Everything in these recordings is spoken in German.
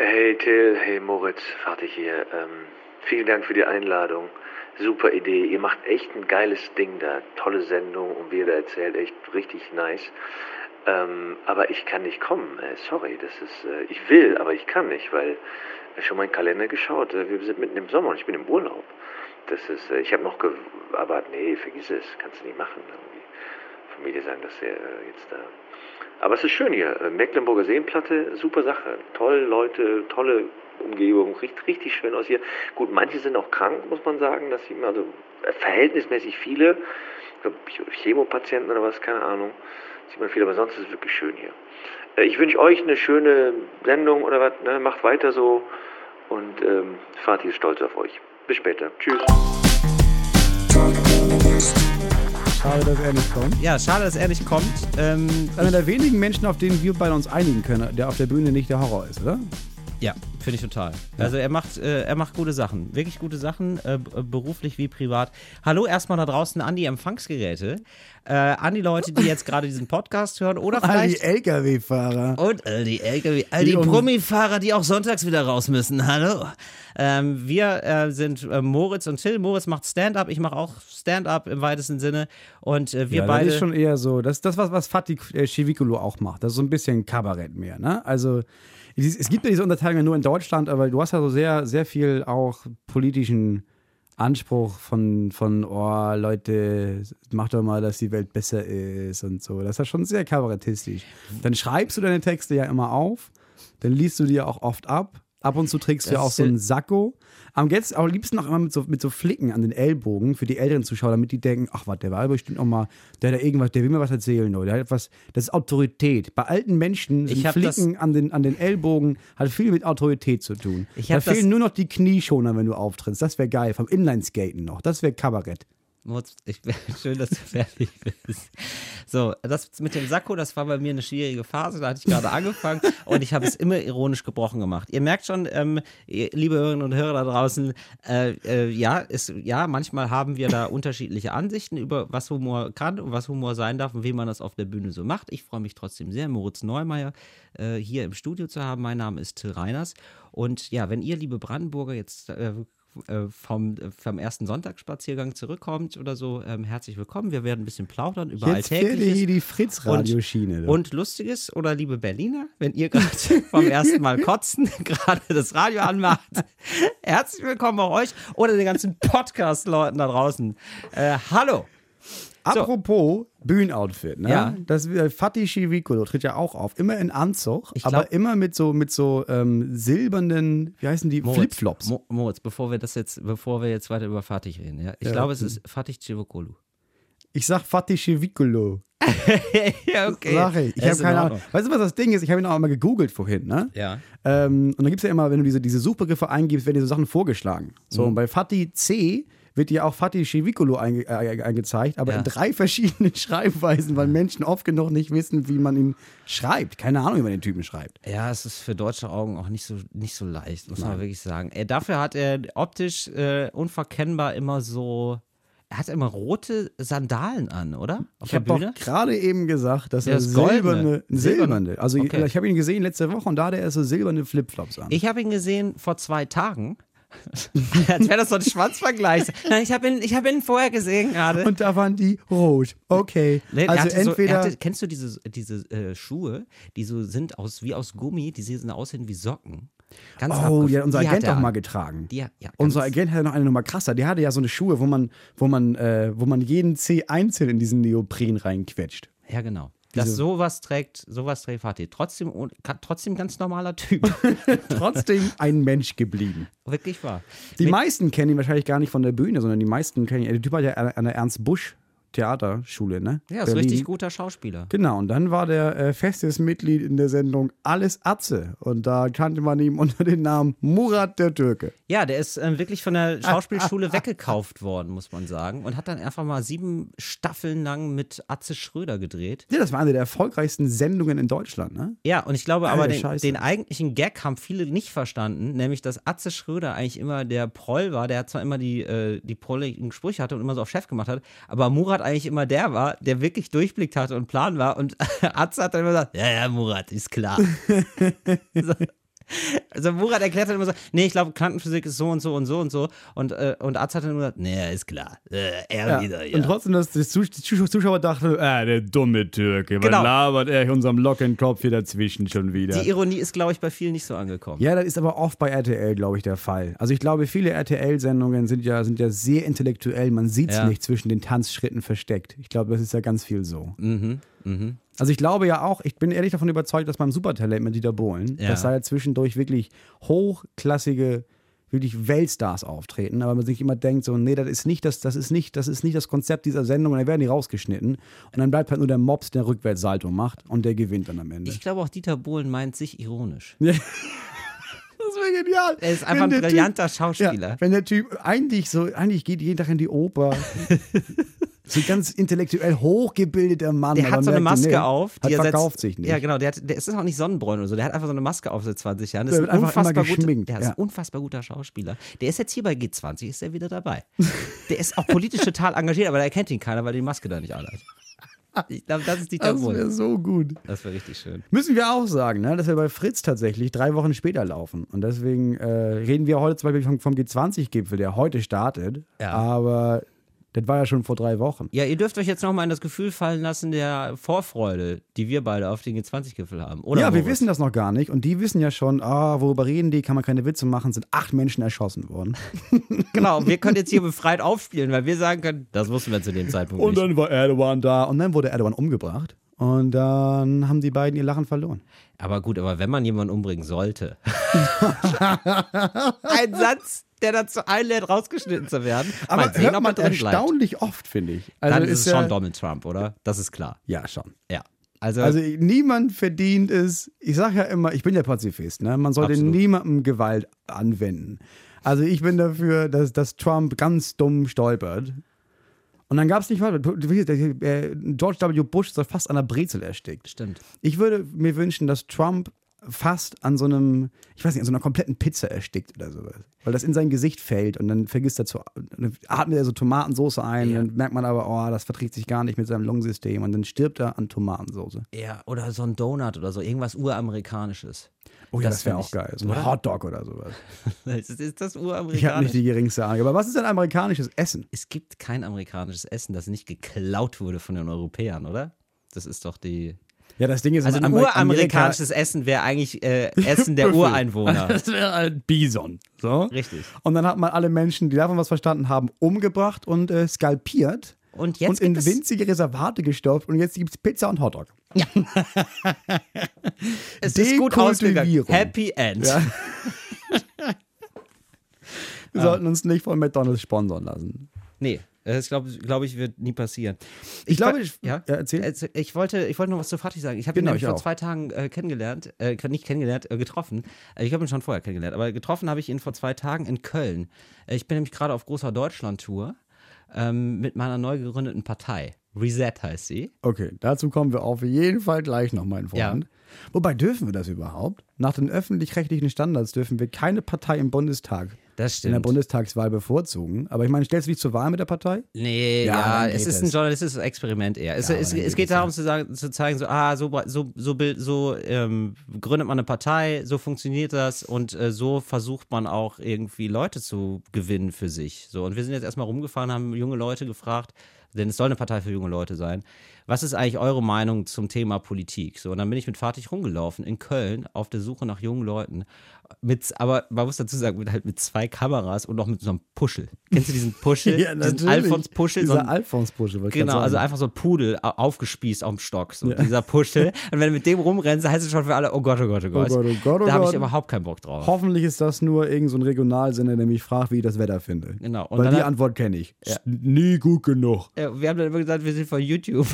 Hey Till, hey Moritz, Vater hier. Vielen Dank für die Einladung. Super Idee. Ihr macht echt ein geiles Ding da. Tolle Sendung und wie ihr da erzählt, echt richtig nice. Aber ich kann nicht kommen. Sorry, das ist. Ich will, aber ich kann nicht, weil schon meinen Kalender geschaut. Wir sind mitten im Sommer und ich bin im Urlaub. Das ist. Ich habe noch. Aber nee, vergiss es. Kannst du nicht machen. Irgendwie. Familie sagen, dass er jetzt da. Aber es ist schön hier. Mecklenburger Seenplatte, super Sache. Toll, Leute, tolle Umgebung, richtig schön aus hier. Gut, manche sind auch krank, muss man sagen. Das sieht man also verhältnismäßig viele. Ich glaube, Chemopatienten oder was, keine Ahnung. Sieht man viel, aber sonst ist es wirklich schön hier. Ich wünsche euch eine schöne Sendung oder was. Ne? Macht weiter so. Und Fatih ist stolz auf euch. Bis später. Tschüss. Schade, dass er nicht kommt. Ja, schade, dass er nicht kommt. Einer der wenigen Menschen, auf denen wir beide uns einigen können, der auf der Bühne nicht der Horror ist, oder? Ja, finde ich total. Ja. Also er macht gute Sachen, wirklich gute Sachen, beruflich wie privat. Hallo erstmal da draußen an die Empfangsgeräte, an die Leute, die jetzt gerade diesen Podcast hören oder vielleicht... All die LKW-Fahrer. Und all die Brummifahrer, die auch sonntags wieder raus müssen. Hallo. Wir sind Moritz und Till. Moritz macht Stand-up, ich mache auch Stand-up im weitesten Sinne. Und wir beide... Das ist schon eher so, das ist was Fatih Schewikolo auch macht. Das ist so ein bisschen Kabarett mehr, ne? Also... Es gibt ja diese Unterteilung nur in Deutschland, aber du hast ja so sehr, sehr viel auch politischen Anspruch von oh Leute, mach doch mal, dass die Welt besser ist und so. Das ist ja schon sehr kabarettistisch. Dann schreibst du deine Texte ja immer auf, dann liest du die ja auch oft ab. Ab und zu trägst du ja auch so einen Sakko. Am liebsten auch immer mit so Flicken an den Ellbogen für die älteren Zuschauer, damit die denken, ach was, der war bestimmt noch mal, der will mir was erzählen, oder? Der hat etwas, das ist Autorität. Bei alten Menschen sind Flicken an den Ellbogen hat viel mit Autorität zu tun. Da fehlen nur noch die Knieschoner, wenn du auftrittst. Das wäre geil, vom Inlineskaten noch. Das wäre Kabarett. Schön, dass du fertig bist. So, das mit dem Sakko, das war bei mir eine schwierige Phase, da hatte ich gerade angefangen und ich habe es immer ironisch gebrochen gemacht. Ihr merkt schon, liebe Hörerinnen und Hörer da draußen, manchmal haben wir da unterschiedliche Ansichten über was Humor kann und was Humor sein darf und wie man das auf der Bühne so macht. Ich freue mich trotzdem sehr, Moritz Neumeier hier im Studio zu haben. Mein Name ist Till Reiners und ja, wenn ihr, liebe Brandenburger, jetzt vom ersten Sonntagsspaziergang zurückkommt oder so, herzlich willkommen. Wir werden ein bisschen plaudern über Alltägliches. Jetzt fährt hier die Fritz-Radioschiene. Und Lustiges oder liebe Berliner, wenn ihr gerade vom ersten Mal kotzen, gerade das Radio anmacht, herzlich willkommen auch euch oder den ganzen Podcast-Leuten da draußen. Hallo. Apropos Bühnenoutfit, ne? Ja. Das Fatih Schewikolo tritt ja auch auf, immer in Anzug, aber immer mit so silbernen, wie heißen die, Flipflops. Moritz, bevor wir jetzt weiter über Fatih reden, ja? Ich glaube, es ist Fatih Schewikolo. Ich sag Fatih Schewikolo. Ja, okay. Sag ich. Ich habe keine Ahnung. Weißt du, was das Ding ist? Ich habe ihn auch mal gegoogelt vorhin, ne? Ja. Und dann gibt es ja immer, wenn du diese Suchbegriffe eingibst, werden dir so Sachen vorgeschlagen. So, und bei Fatih C wird dir auch Fatih Schewikolo angezeigt, aber in 3 verschiedenen Schreibweisen, weil Menschen oft genug nicht wissen, wie man ihn schreibt. Keine Ahnung, wie man den Typen schreibt. Ja, es ist für deutsche Augen auch nicht so leicht, muss man wirklich sagen. Dafür hat er optisch unverkennbar immer so... Er hat immer rote Sandalen an, oder? Ich habe doch gerade eben gesagt, dass er silberne. Also okay. Ich habe ihn gesehen letzte Woche und da hatte er so silberne Flipflops an. Ich habe ihn gesehen vor 2 Tagen. Als wäre das so ein Schwanzvergleich. Nein, ich hab ihn vorher gesehen gerade. Und da waren die rot. Okay. Nee, also entweder... kennst du diese Schuhe, die so sind wie aus Gummi, die sehen aussehen wie Socken? Ganz ja, unser Agent doch mal getragen. Unser Agent hatte noch eine Nummer krasser. Der hatte ja so eine Schuhe, wo man jeden Zeh einzeln in diesen Neopren reinquetscht. Ja, genau. Sowas trägt Fatih. Trotzdem ganz normaler Typ. Trotzdem ein Mensch geblieben. Wirklich wahr. Die meisten kennen ihn wahrscheinlich gar nicht von der Bühne, sondern die meisten kennen ihn. Der Typ hat ja an der Ernst Busch Theaterschule, ne? Ja, ist ein richtig guter Schauspieler. Genau, und dann war der festes Mitglied in der Sendung Alles Atze. Und da kannte man ihn unter dem Namen Murat der Türke. Ja, der ist wirklich von der Schauspielschule weggekauft worden, muss man sagen. Und hat dann einfach mal 7 Staffeln lang mit Atze Schröder gedreht. Ja, das war eine der erfolgreichsten Sendungen in Deutschland, ne? Ja, und ich glaube aber, den eigentlichen Gag haben viele nicht verstanden, nämlich, dass Atze Schröder eigentlich immer der Proll war. Der hat zwar immer die prolligen Sprüche hatte und immer so auf Chef gemacht hat, aber Murat eigentlich immer der war, der wirklich Durchblick hatte und Plan war und Atze hat dann immer gesagt, ja, Murat, ist klar. So. Also Murat erklärt dann immer so, nee, ich glaube, Quantenphysik ist so und so und so und so. Und Arzt hat dann nur gesagt, nee, ist klar. Wieder, ja. Und trotzdem, dass die Zuschauer dachten, der dumme Türke, was Genau. labert er unserem Lockenkopf hier dazwischen schon wieder? Die Ironie ist, glaube ich, bei vielen nicht so angekommen. Ja, das ist aber oft bei RTL, glaube ich, der Fall. Also ich glaube, viele RTL-Sendungen sind ja sehr intellektuell. Man sieht es nicht zwischen den Tanzschritten versteckt. Ich glaube, das ist ja ganz viel so. Also ich glaube ja auch, ich bin ehrlich davon überzeugt, dass beim Supertalent mit Dieter Bohlen, dass da ja zwischendurch wirklich hochklassige, wirklich Weltstars auftreten, aber man sich immer denkt so, nee, das ist nicht das Konzept dieser Sendung und dann werden die rausgeschnitten und dann bleibt halt nur der Mops, der Rückwärtssalto macht und der gewinnt dann am Ende. Ich glaube auch, Dieter Bohlen meint sich ironisch. Das wäre genial. Er ist einfach ein brillanter Schauspieler. Ja, wenn der Typ eigentlich geht jeden Tag in die Oper. So ein ganz intellektuell hochgebildeter Mann. Der hat so eine Maske auf. Die verkauft sich nicht. Ja, genau. Der ist auch nicht Sonnenbräun oder so. Der hat einfach so eine Maske auf seit 20 Jahren. Das Der ist wird einfach immer geschminkt. Der ist ein unfassbar guter Schauspieler. Der ist jetzt hier bei G20, ist er wieder dabei. Der ist auch politisch total engagiert, aber da erkennt ihn keiner, weil er die Maske da nicht anhat. Ich glaube, das ist Dieter Das wäre Bohlen. so gut. Das wäre richtig schön. Müssen wir auch sagen, ne, dass wir bei Fritz tatsächlich 3 Wochen später laufen. Und deswegen reden wir heute zum Beispiel vom G20-Gipfel, der heute startet. Ja. Aber das war ja schon vor 3 Wochen. Ja, ihr dürft euch jetzt nochmal in das Gefühl fallen lassen der Vorfreude, die wir beide auf den G20-Gipfel haben. Oder Ja, wir Moritz? wissen das noch gar nicht. Und die wissen ja schon, worüber reden die, kann man keine Witze machen, sind 8 Menschen erschossen worden. Genau, wir können jetzt hier befreit aufspielen, weil wir sagen können, das wussten wir zu dem Zeitpunkt Und nicht. dann war Erdogan da und dann wurde Erdogan umgebracht. Und dann haben die beiden ihr Lachen verloren. Aber gut, aber wenn man jemanden umbringen sollte. Ein Satz, der dazu einlädt, rausgeschnitten zu werden. Aber Mal sehen, hört ob man er drin bleibt. erstaunlich oft, finde ich. Also Dann ist es ja, schon Donald Trump, oder? Das ist klar. Ja, schon. Ja. Also Also niemand verdient es, ich sage ja immer, ich bin ja Pazifist, ne? Man sollte Absolut. niemandem Gewalt anwenden. Also ich bin dafür, dass Trump ganz dumm stolpert. Und dann gab es nicht weiter. George W. Bush ist fast an der Brezel erstickt. stimmt. Ich würde mir wünschen, dass Trump fast an so einem, ich weiß nicht, an so einer kompletten Pizza erstickt oder sowas. Weil das in sein Gesicht fällt und dann vergisst er dann atmet er so Tomatensauce ein Ja. und dann merkt man aber, das verträgt sich gar nicht mit seinem Lungensystem und dann stirbt er an Tomatensauce. Ja, oder so ein Donut oder so, irgendwas Uramerikanisches. Oh ja, das wäre find auch ich- geil. So ein oder? Hotdog oder sowas. Ist das Ich habe uramerikanisch? nicht die geringste Ahnung. Aber was ist denn amerikanisches Essen? Es gibt kein amerikanisches Essen, das nicht geklaut wurde von den Europäern, oder? Das ist doch die... Ja, das Ding ist, Also ein uramerikanisches Essen wäre eigentlich Essen der Büffel. Ureinwohner. Das wäre ein Bison. So. Richtig. Und dann hat man alle Menschen, die davon was verstanden haben, umgebracht und skalpiert. Und jetzt Und in gibt es... winzige Reservate gestopft und jetzt gibt es Pizza und Hotdog. Es ist gut ausgegangen. Dekultivierung. Happy End. Ja. Wir sollten uns nicht von McDonalds sponsern lassen. Nee, das glaube ich, wird nie passieren. Ich glaube, ja, erzähl. Also, ich wollte noch was zu Fatih sagen. Ich habe ihn Genau, nämlich ich vor auch. 2 Tagen getroffen. Ich habe ihn schon vorher kennengelernt, aber getroffen habe ich ihn vor 2 Tagen in Köln. Ich bin nämlich gerade auf großer Deutschland-Tour mit meiner neu gegründeten Partei. Reset heißt sie. Okay, dazu kommen wir auf jeden Fall gleich noch, mein Freund. Wobei, dürfen wir das überhaupt? Nach den öffentlich-rechtlichen Standards dürfen wir keine Partei im Bundestag Das in der stimmt. Bundestagswahl bevorzugen. Aber ich meine, stellst du dich zur Wahl mit der Partei? Nee, Ja, ja, dann es geht ist ein es. journalistisches Experiment eher. Es aber dann geht geht es, darum zu zeigen, so gründet man eine Partei, so funktioniert das und so versucht man auch irgendwie Leute zu gewinnen für sich. So, und wir sind jetzt erstmal rumgefahren, haben junge Leute gefragt, denn es soll eine Partei für junge Leute sein. Was ist eigentlich eure Meinung zum Thema Politik? So, und dann bin ich mit Fatih rumgelaufen in Köln auf der Suche nach jungen Leuten. Aber man muss dazu sagen, mit 2 Kameras und noch mit so einem Puschel. Kennst du diesen Puschel? Diesen Alfons-Puschel? Dieser Alfons-Puschel. Genau, also einfach so ein Pudel aufgespießt auf dem Stock, so dieser Puschel. Und wenn du mit dem rumrennst, heißt es schon für alle, oh Gott, oh Gott, oh Gott. Oh Gott, oh Gott, oh Da habe ich Gott. überhaupt keinen Bock drauf. Hoffentlich ist das nur irgend so ein Regionalsender, der mich fragt, wie ich das Wetter finde. Genau. Und Weil dann die hat- Antwort kenne ich. Ist nie gut genug. Wir haben dann immer gesagt, wir sind von YouTube.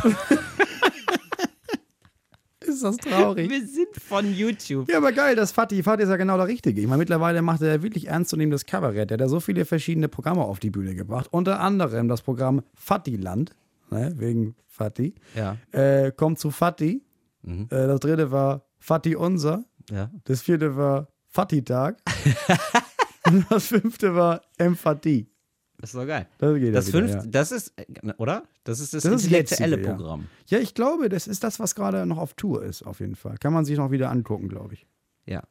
Ist das traurig? Wir sind von YouTube. Ja, aber geil, das Fatih ist ja genau der Richtige. Ich meine, mittlerweile macht er wirklich ernstzunehmendes Kabarett. Der hat ja so viele verschiedene Programme auf die Bühne gebracht. Unter anderem das Programm Fatihland, ne, wegen Fatih. Ja. Kommt zu Fatih. Das dritte war Fatih Unser. Ja. Das vierte war Fatih-Tag. Und das 5. war Emphatie. Das ist doch geil. Das geht Das ja wieder, 5., ja. das ist, oder? Das ist das Das ist das intellektuelle jetzige, ja. Programm. Ja, ich glaube, das ist das, was gerade noch auf Tour ist, auf jeden Fall. Kann man sich noch wieder angucken, glaube ich. Ja.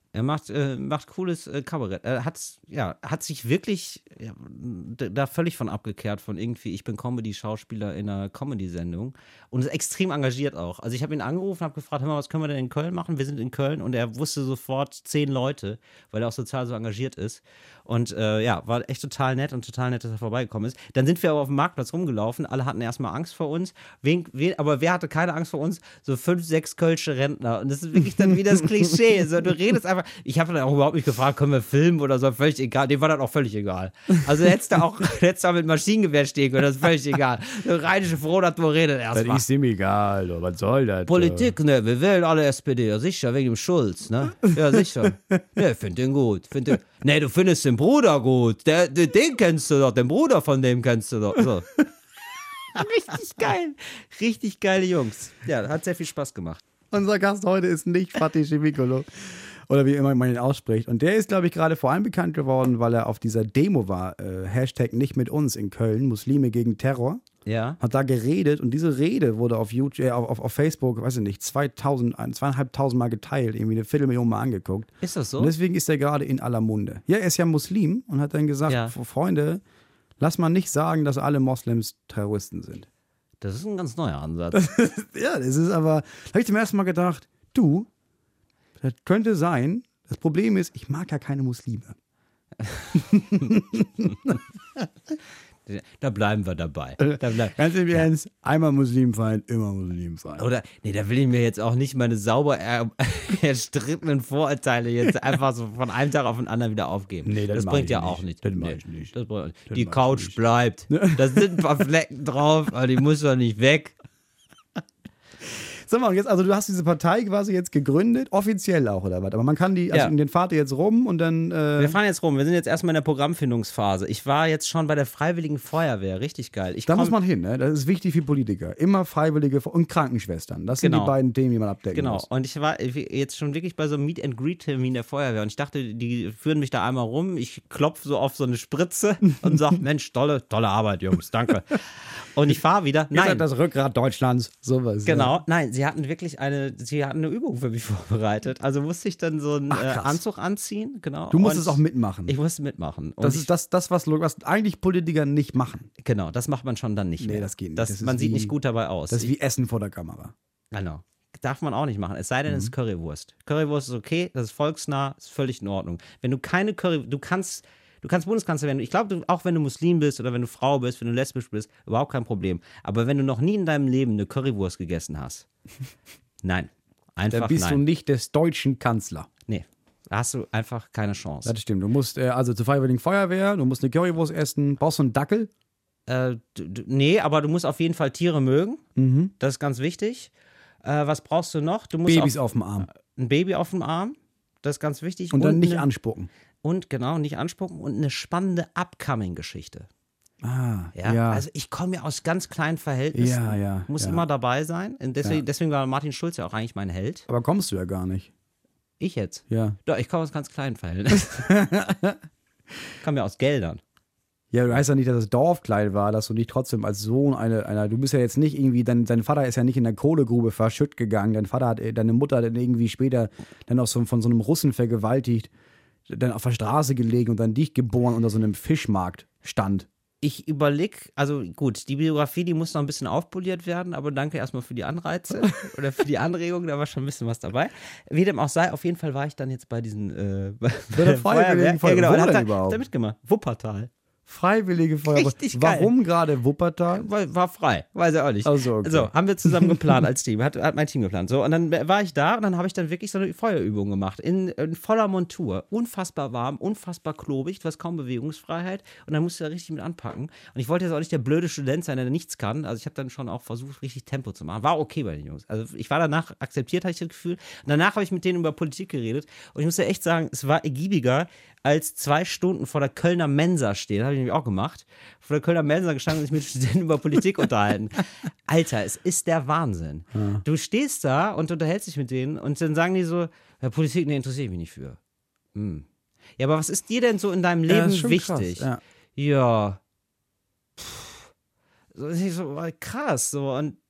Er macht cooles Kabarett. Er hat sich wirklich da völlig von abgekehrt, von irgendwie, ich bin Comedy-Schauspieler in einer Comedy-Sendung und ist extrem engagiert auch. Also ich habe ihn angerufen, habe gefragt, hör mal, was können wir denn in Köln machen? Wir sind in Köln und er wusste sofort 10 Leute, weil er auch sozial so engagiert ist. Und war echt total nett und total nett, dass er vorbeigekommen ist. Dann sind wir aber auf dem Marktplatz rumgelaufen, alle hatten erstmal Angst vor uns, aber wer hatte keine Angst vor uns? So 5, 6 kölsche Rentner. Und das ist wirklich dann wie das Klischee. So, du redest einfach, ich habe dann auch überhaupt nicht gefragt, können wir filmen oder so, völlig egal. Dem war das auch völlig egal. Also hättest du auch mit Maschinengewehr stehen können, das ist völlig egal. Rheinische froh, dass du redet erstmal. Das ist ihm egal, was soll das? Politik, ne, wir wählen alle SPD, ja sicher, wegen dem Schulz, ne? Ja, sicher. Ja, ich finde den gut. Ne, du findest den Bruder gut. Den kennst du doch, den Bruder von dem kennst du doch. So. Richtig geil. Richtig geile Jungs. Ja, hat sehr viel Spaß gemacht. Unser Gast heute ist nicht Fatih Cevicolo. Oder wie immer man ihn ausspricht. Und der ist, glaube ich, gerade vor allem bekannt geworden, weil er auf dieser Demo war. Hashtag nicht mit uns in Köln, Muslime gegen Terror. Ja. Hat da geredet und diese Rede wurde auf YouTube, auf Facebook, weiß ich nicht, 2.500 Mal geteilt, irgendwie 250.000 Mal angeguckt. Ist das so? Und deswegen ist er gerade in aller Munde. Ja, er ist ja Muslim und hat dann gesagt, Freunde, lass mal nicht sagen, dass alle Moslems Terroristen sind. Das ist ein ganz neuer Ansatz. Ja, das ist aber, da habe ich zum ersten Mal gedacht, das könnte sein, das Problem ist, ich mag ja keine Muslime. Da bleiben wir dabei. Ganz im Ernst, einmal Muslimfeind, immer Muslimfeind. Oder, nee, da will ich mir jetzt auch nicht meine sauber erstrittenen Vorurteile jetzt einfach so von einem Tag auf den anderen wieder aufgeben. Nee, das bringt ja auch nichts. Das mache ich nicht. Die Couch bleibt. Da sind ein paar Flecken drauf, aber die muss doch nicht weg. Sag mal, jetzt, also du hast diese Partei quasi jetzt gegründet, offiziell auch, oder was? Aber man kann den fahrt ihr jetzt rum und dann... Wir fahren jetzt rum, wir sind jetzt erstmal in der Programmfindungsphase. Ich war jetzt schon bei der Freiwilligen Feuerwehr, richtig geil. Da muss man hin, ne? Das ist wichtig für Politiker. Immer Freiwillige und Krankenschwestern. Das sind die beiden Themen, die man abdecken muss. Genau, und ich war jetzt schon wirklich bei so einem Meet-and-Greet-Termin der Feuerwehr und ich dachte, die führen mich da einmal rum, ich klopfe so auf so eine Spritze und sage, Mensch, tolle Arbeit, Jungs, danke. Und ich fahre wieder. Ihr seid das Rückgrat Deutschlands, sowas. Genau, nein, sie hatten eine Übung für mich vorbereitet. Also musste ich dann so einen Anzug anziehen, genau. Du musstest auch mitmachen. Ich musste mitmachen. Und das ist das, was eigentlich Politiker nicht machen. Genau, das macht man schon dann nicht mehr. Nee, das geht nicht. Man sieht nicht gut dabei aus. Das ist wie Essen vor der Kamera. Genau. Darf man auch nicht machen, es sei denn, es ist Currywurst. Currywurst ist okay, das ist volksnah, ist völlig in Ordnung. Wenn du keine du kannst Bundeskanzler werden. Ich glaube, auch wenn du Muslim bist oder wenn du Frau bist, wenn du lesbisch bist, überhaupt kein Problem. Aber wenn du noch nie in deinem Leben eine Currywurst gegessen hast, nein. Einfach dann bist du nicht des deutschen Kanzler. Nee, da hast du einfach keine Chance. Das stimmt. Du musst also zur Freiwilligen Feuerwehr, du musst eine Currywurst essen. Brauchst du einen Dackel? Nee, aber du musst auf jeden Fall Tiere mögen. Mhm. Das ist ganz wichtig. Was brauchst du noch? Du musst Babys auf dem Arm. Ein Baby auf dem Arm. Das ist ganz wichtig. Und dann nicht anspucken. Und genau, nicht anspucken und eine spannende Upcoming-Geschichte. Ja. Also ich komme ja aus ganz kleinen Verhältnissen. Muss immer dabei sein. Und deswegen war Martin Schulz ja auch eigentlich mein Held. Aber kommst du ja gar nicht. Ich jetzt? Ja. Doch, ich komme aus ganz kleinen Verhältnissen. Ich komme ja aus Geldern. Ja, du weißt ja nicht, dass das Dorf klein war, dass du nicht trotzdem als Sohn du bist ja jetzt nicht irgendwie, dein Vater ist ja nicht in der Kohlegrube verschütt gegangen, deine Mutter hat dann irgendwie später dann auch von so einem Russen vergewaltigt, dann auf der Straße gelegen und dann dich geboren unter so einem Fischmarkt stand. Ich überlege, also gut, die Biografie, die muss noch ein bisschen aufpoliert werden, aber danke erstmal für die Anreize oder für die Anregung, da war schon ein bisschen was dabei. Wie dem auch sei, auf jeden Fall war ich dann jetzt bei diesen bei der Feuerwehr. Ja, genau, und hat da mitgemacht. Wuppertal. Freiwillige Feuerwehr. Richtig geil. Warum gerade Wuppertal? War frei, weiß ich auch nicht. Also, okay. So, haben wir zusammen geplant als Team, hat mein Team geplant. So, und dann war ich da und dann habe ich dann wirklich so eine Feuerübung gemacht, in voller Montur. Unfassbar warm, unfassbar klobig, du hast kaum Bewegungsfreiheit und dann musst du da richtig mit anpacken. Und ich wollte jetzt auch nicht der blöde Student sein, der nichts kann. Also ich habe dann schon auch versucht, richtig Tempo zu machen. War okay bei den Jungs. Also ich war danach akzeptiert, hatte ich das Gefühl. Und danach habe ich mit denen über Politik geredet und ich muss ja echt sagen, es war ergiebiger als 2 Stunden vor der Kölner Mensa stehen. Das habe ich nämlich auch gemacht. Vor der Kölner Mensa gestanden und sich mit Studenten über Politik unterhalten. Alter, es ist der Wahnsinn. Ja. Du stehst da und unterhältst dich mit denen und dann sagen die so, ja, Politik, nee, interessiere ich mich nicht für. Ja, aber was ist dir denn so in deinem Leben wichtig? Krass, ja. So krass, so und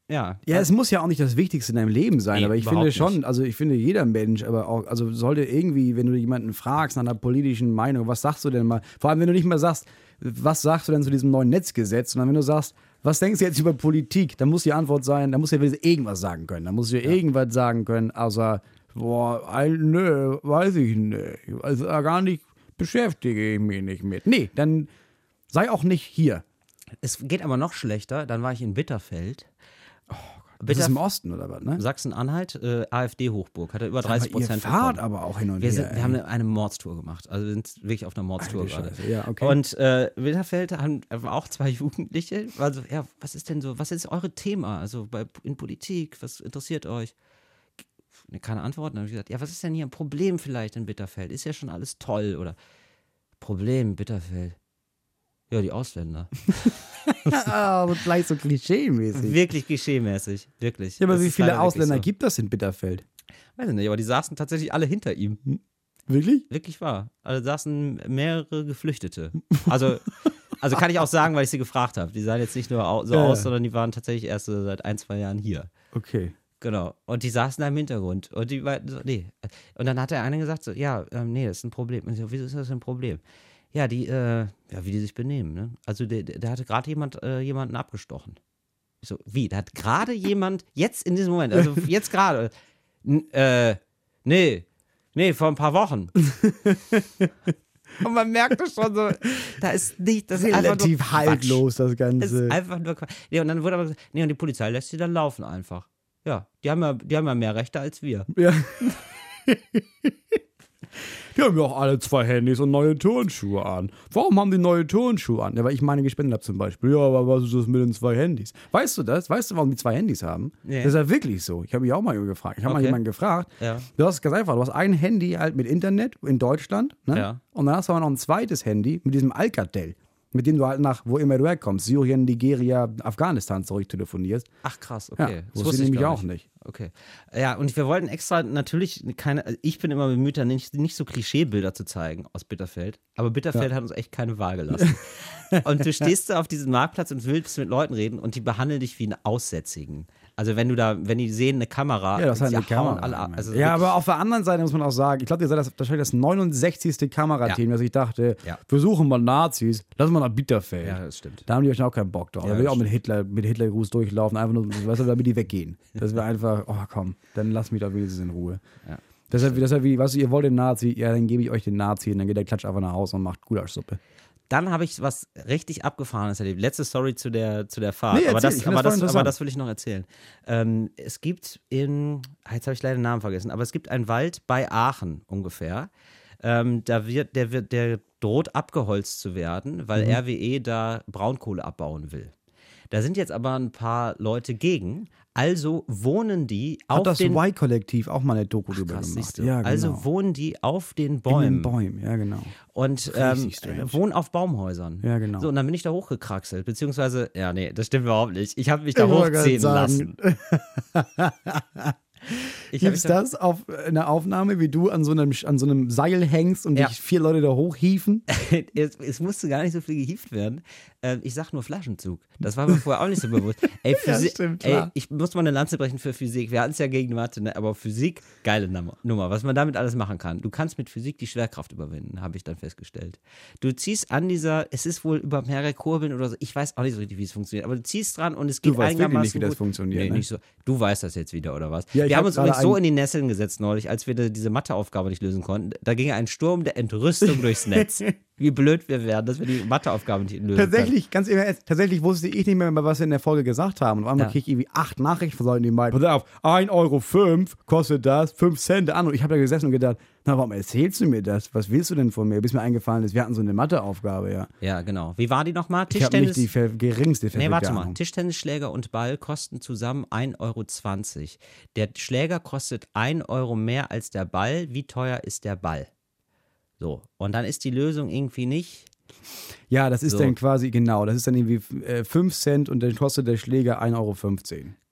Ja. Ja, es muss ja auch nicht das Wichtigste in deinem Leben sein, Nee, aber ich überhaupt finde schon, nicht. also ich finde jeder Mensch, aber auch, also sollte irgendwie, wenn du jemanden fragst nach einer politischen Meinung, was sagst du denn mal, vor allem wenn du nicht mal sagst, was sagst du denn zu diesem neuen Netzgesetz, sondern wenn du sagst, was denkst du jetzt über Politik, dann muss die Antwort sein, dann muss du ja irgendwas sagen können, dann musst du ja irgendwas sagen können, außer, boah, nö, weiß ich nicht, also gar nicht, beschäftige ich mich nicht mit. Nee, dann sei auch nicht hier. Es geht aber noch schlechter. Dann war ich in Bitterfeld. Das ist im Osten oder was, ne? Sachsen-Anhalt, AfD-Hochburg, hatte über 30% Ihr fahrt bekommen. aber auch hin und Wir her. haben eine Mordstour gemacht. Also wir sind wirklich auf einer Mordstour Ach, du gerade. Scheiße. Ja, okay. Und Bitterfeld haben auch 2 Jugendliche. Also, ja, was ist denn so, was ist eure Thema? Also in Politik, was interessiert euch? Keine Antwort. Dann habe ich gesagt, ja, was ist denn hier ein Problem vielleicht in Bitterfeld? Ist ja schon alles toll. Oder Problem, Bitterfeld. Ja, die Ausländer. Aber gleich so klischee-mäßig. Wirklich klischeemäßig. Wirklich. Ja, aber Das wie ist viele leider wirklich Ausländer so. gibt das in Bitterfeld? Weiß ich nicht, aber die saßen tatsächlich alle hinter ihm. Wirklich? Wirklich wahr. Also saßen mehrere Geflüchtete. Also kann ich auch sagen, weil ich sie gefragt habe. Die sahen jetzt nicht nur so aus, sondern die waren tatsächlich erst so seit 1, 2 Jahren hier. Okay. Genau. Und die saßen da im Hintergrund. Und die meinten so, nee. Und dann hat der eine gesagt, so, ja, nee, das ist ein Problem. Und ich so, wieso ist das ein Problem? Ja, wie die sich benehmen, ne? Also der hatte gerade jemanden abgestochen. Ich so, wie? Da hat gerade jemand, jetzt in diesem Moment, also jetzt gerade, nee, vor ein paar Wochen. Und man merkt es schon so, da ist nicht, das ist Relativ einfach nur haltlos, das Quatsch. Ganze. Es ist einfach nur Quatsch. Nee, und dann wurde aber gesagt, nee, und die Polizei lässt sie dann laufen einfach. Ja, die haben ja mehr Rechte als wir. Ja. Die haben ja auch alle 2 Handys und neue Turnschuhe an. Warum haben die neue Turnschuhe an? Ja, weil ich meine gespendet habe zum Beispiel. Ja, aber was ist das mit den 2 Handys? Weißt du das? Weißt du, warum die 2 Handys haben? Nee. Das ist ja wirklich so. Ich habe mich auch mal gefragt. Ich habe mal Okay. jemanden gefragt. Ja. Du hast ganz einfach, du hast ein Handy halt mit Internet in Deutschland. Ne? Ja. Und dann hast du aber noch ein zweites Handy mit diesem Alcatel. Mit dem du halt nach, wo immer du herkommst, Syrien, Nigeria, Afghanistan zurück telefonierst. Ach krass, Ja, okay. das wusste ich nämlich auch nicht. Okay. Ja, und wir wollten extra natürlich ich bin immer bemüht, da nicht so Klischeebilder zu zeigen aus Bitterfeld, aber Bitterfeld hat uns echt keine Wahl gelassen. Und du stehst da auf diesem Marktplatz und willst mit Leuten reden und die behandeln dich wie einen Aussätzigen. Also wenn die sehen eine Kamera, Ja, das ist halt sie eine hauen Kamera. alle ab. Also ja, aber auf der anderen Seite muss man auch sagen, ich glaube, ihr seid wahrscheinlich das 69. Kamerateam, dass ich dachte, Ja. wir suchen mal Nazis, lassen wir nach Bitterfeld. Ja, das stimmt. Da haben die wahrscheinlich auch keinen Bock drauf. Ja, Da will ich das auch mit Hitlergruß durchlaufen, einfach nur, weißt du, damit die weggehen. Das wäre einfach, oh komm, dann lass mich doch wenigstens in Ruhe. Ja. Deshalb wie, weißt du, ihr wollt den Nazi, ja, dann gebe ich euch den Nazi und dann geht der Klatsch einfach nach Hause und macht Gulaschsuppe. Dann habe ich was richtig Abgefahrenes erlebt. Letzte Story zu der Fahrt. Nee, aber erzähl, ich find das voll interessant. das will ich noch erzählen. Es gibt jetzt habe ich leider den Namen vergessen, aber es gibt einen Wald bei Aachen ungefähr. Der droht abgeholzt zu werden, weil RWE da Braunkohle abbauen will. Da sind jetzt aber ein paar Leute gegen. Also wohnen die Hat auf das den Y-Kollektiv auch mal eine Doku drüber Krass, gemacht? siehst du. Ja, genau. Also wohnen die auf den in den Bäumen. Bäumen, ja genau. Und Richtig strange. wohnen auf Baumhäusern. Ja, genau. So, und dann bin ich da hochgekraxelt. Beziehungsweise, ja, nee, das stimmt überhaupt nicht. Ich habe mich da Ich wollte hochziehen gerade sagen. lassen. Gibt's das auf einer Aufnahme, wie du an so einem Seil hängst und Ja. dich 4 Leute da hochhieven? Es musste gar nicht so viel gehievt werden. Ich sag nur Flaschenzug. Das war mir vorher auch nicht so bewusst. Ey, Physik, stimmt, klar. ich muss mal eine Lanze brechen für Physik. Wir hatten es ja gegen Mathe, ne? Aber Physik, geile Nummer. Was man damit alles machen kann. Du kannst mit Physik die Schwerkraft überwinden, habe ich dann festgestellt. Du ziehst an es ist wohl über mehrere Kurbeln oder so. Ich weiß auch nicht so richtig, wie es funktioniert. Aber du ziehst dran und es geht Du weißt wirklich einigermaßen nicht, wie das gut. funktioniert, Nee, ne? nicht so. Du weißt das jetzt wieder, oder was? Ja, ich wir haben hab uns gerade übrigens so in die Nesseln gesetzt neulich, als wir diese Matheaufgabe nicht lösen konnten. Da ging ein Sturm der Entrüstung durchs Netz. Wie blöd wir wären, dass wir die Matheaufgabe nicht lösen können. Tatsächlich, ganz ehrlich, tatsächlich wusste ich nicht mehr, was wir in der Folge gesagt haben. Und auf einmal Ja. kriege ich irgendwie 8 Nachrichten von Leuten, die meinen, pass auf, 1,05 € kostet das, 5 Cent an. Und ich habe da gesessen und gedacht, na, warum erzählst du mir das? Was willst du denn von mir? Bis mir eingefallen ist, wir hatten so eine Matheaufgabe, ja. Ja, genau. Wie war die nochmal? Ich habe nicht Tischtennis. die geringste Nee, warte mal. Ahnung. Tischtennisschläger und Ball kosten zusammen 1,20 €. Der Schläger kostet 1 € mehr als der Ball. Wie teuer ist der Ball? So. Und dann ist die Lösung irgendwie nicht. Ja, das ist So. dann quasi, genau, das ist dann irgendwie 5 Cent und dann kostet der Schläger 1,15 €.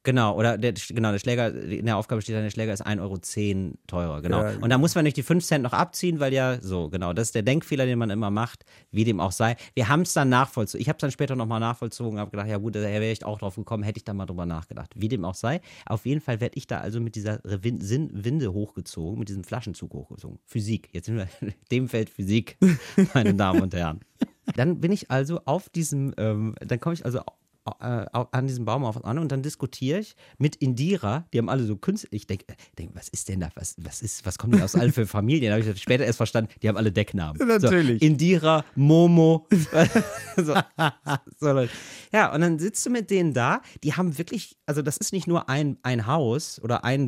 Genau, oder der Schläger, in der Aufgabe steht dann, der Schläger ist 1,10 Euro teurer, genau. Ja, Und da muss man nicht die 5 Cent noch abziehen, weil ja, so, genau, das ist der Denkfehler, den man immer macht, wie dem auch sei. Wir haben es dann nachvollzogen, ich habe es dann später nochmal nachvollzogen, habe gedacht, ja gut, da wäre ich auch drauf gekommen, hätte ich da mal drüber nachgedacht. Wie dem auch sei, auf jeden Fall werde ich da also mit dieser Winde hochgezogen, mit diesem Flaschenzug hochgezogen. Physik, jetzt sind wir in dem Feld Physik, meine Damen und Herren. Dann bin ich also auf diesem, dann komme ich also an diesem Baum an und dann diskutiere ich mit Indira, die haben alle so künstlich, ich denke, was ist denn da, was kommen die aus allen für Familien? Da habe ich später erst verstanden, die haben alle Decknamen. Natürlich. So, Indira, Momo. so. Ja, und dann sitzt du mit denen da, die haben wirklich, also das ist nicht nur ein Haus oder ein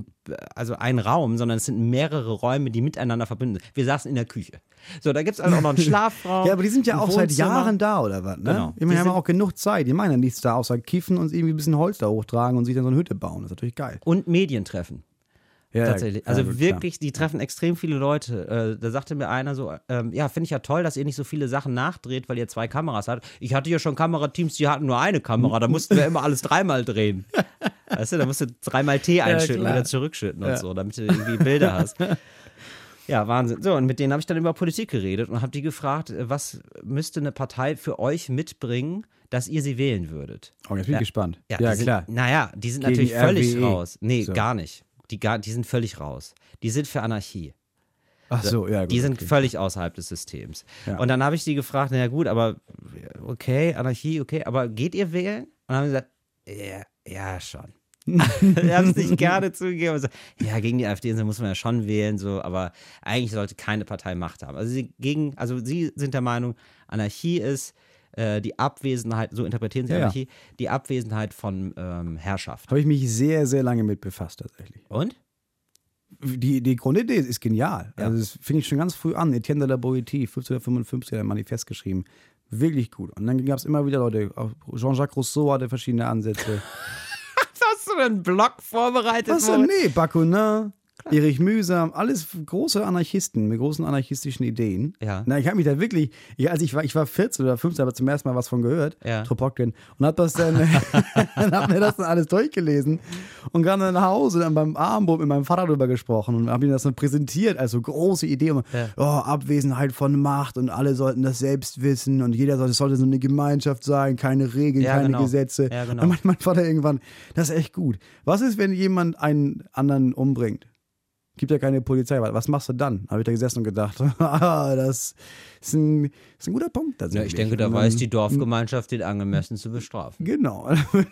Raum, sondern es sind mehrere Räume, die miteinander verbunden sind. Wir saßen in der Küche. So, da gibt es also auch noch einen Schlafraum. Ja, aber die sind ja auch seit Wohnzimmer. Jahren da, oder was? Ne? Genau. Ich meine, die haben auch genug Zeit. Die meinen ja nichts da, außer kiffen und irgendwie ein bisschen Holz da hochtragen und sich dann so eine Hütte bauen. Das ist natürlich geil. Und Medientreffen. Ja, Tatsächlich. ja, Also gut, wirklich, die treffen extrem viele Leute. Da sagte mir einer so, ja, finde ich ja toll, dass ihr nicht so viele Sachen nachdreht, weil ihr 2 Kameras habt. Ich hatte ja schon Kamerateams, die hatten nur eine Kamera, da mussten wir immer alles 3-mal drehen. Weißt du, da musst du 3-mal Tee einschütten und wieder zurückschütten und so, damit du irgendwie Bilder hast. Ja, Wahnsinn. So, und mit denen habe ich dann über Politik geredet und habe die gefragt, was müsste eine Partei für euch mitbringen, dass ihr sie wählen würdet? Oh, jetzt bin ich gespannt. Ja, Klar. Naja, die sind Gegen natürlich völlig RWE. raus. Nee, So. gar nicht. Die sind völlig raus. Die sind für Anarchie. Ach so, ja, gut. Die sind okay. völlig außerhalb des Systems. Ja. Und dann habe ich die gefragt, naja gut, aber okay, Anarchie, okay, aber geht ihr wählen? Und dann haben sie gesagt, ja schon. Wir haben es nicht gerne zugegeben. Also, ja, gegen die AfD muss man ja schon wählen, so, aber eigentlich sollte keine Partei Macht haben. Also sie sind der Meinung, Anarchie ist die Abwesenheit, so interpretieren sie Anarchie, die Abwesenheit von Herrschaft. Habe ich mich sehr, sehr lange mit befasst, tatsächlich. Und? Die Grundidee ist genial. Ja. Also das fing ich schon ganz früh an. Etienne de la Boétie, 1555 hat ein Manifest geschrieben. Wirklich gut. Und dann gab es immer wieder Leute, auch Jean-Jacques Rousseau hatte verschiedene Ansätze. Hast du einen Blog vorbereitet? Was denn? Nee, Bakunin, Erich Mühsam, alles große Anarchisten mit großen anarchistischen Ideen. Ja. Na, ich habe mich da wirklich, ich war 14 oder 15, aber zum ersten Mal was von gehört, Ja. Kropotkin, und hab das dann, hab mir das dann alles durchgelesen und kam dann nach Hause, dann beim Abendbrot mit meinem Vater drüber gesprochen und habe ihm das dann präsentiert, als so große Idee, und, Abwesenheit von Macht und alle sollten das selbst wissen und jeder sollte so eine Gemeinschaft sein, keine Regeln, keine Gesetze. Ja, genau. Und mein Vater irgendwann, das ist echt gut. Was ist, wenn jemand einen anderen umbringt? Gibt ja keine Polizei. Was machst du dann? Habe ich da gesessen und gedacht, das ist ein guter Punkt. Ja, ich denke, da weiß die Dorfgemeinschaft, den angemessen zu bestrafen. Genau.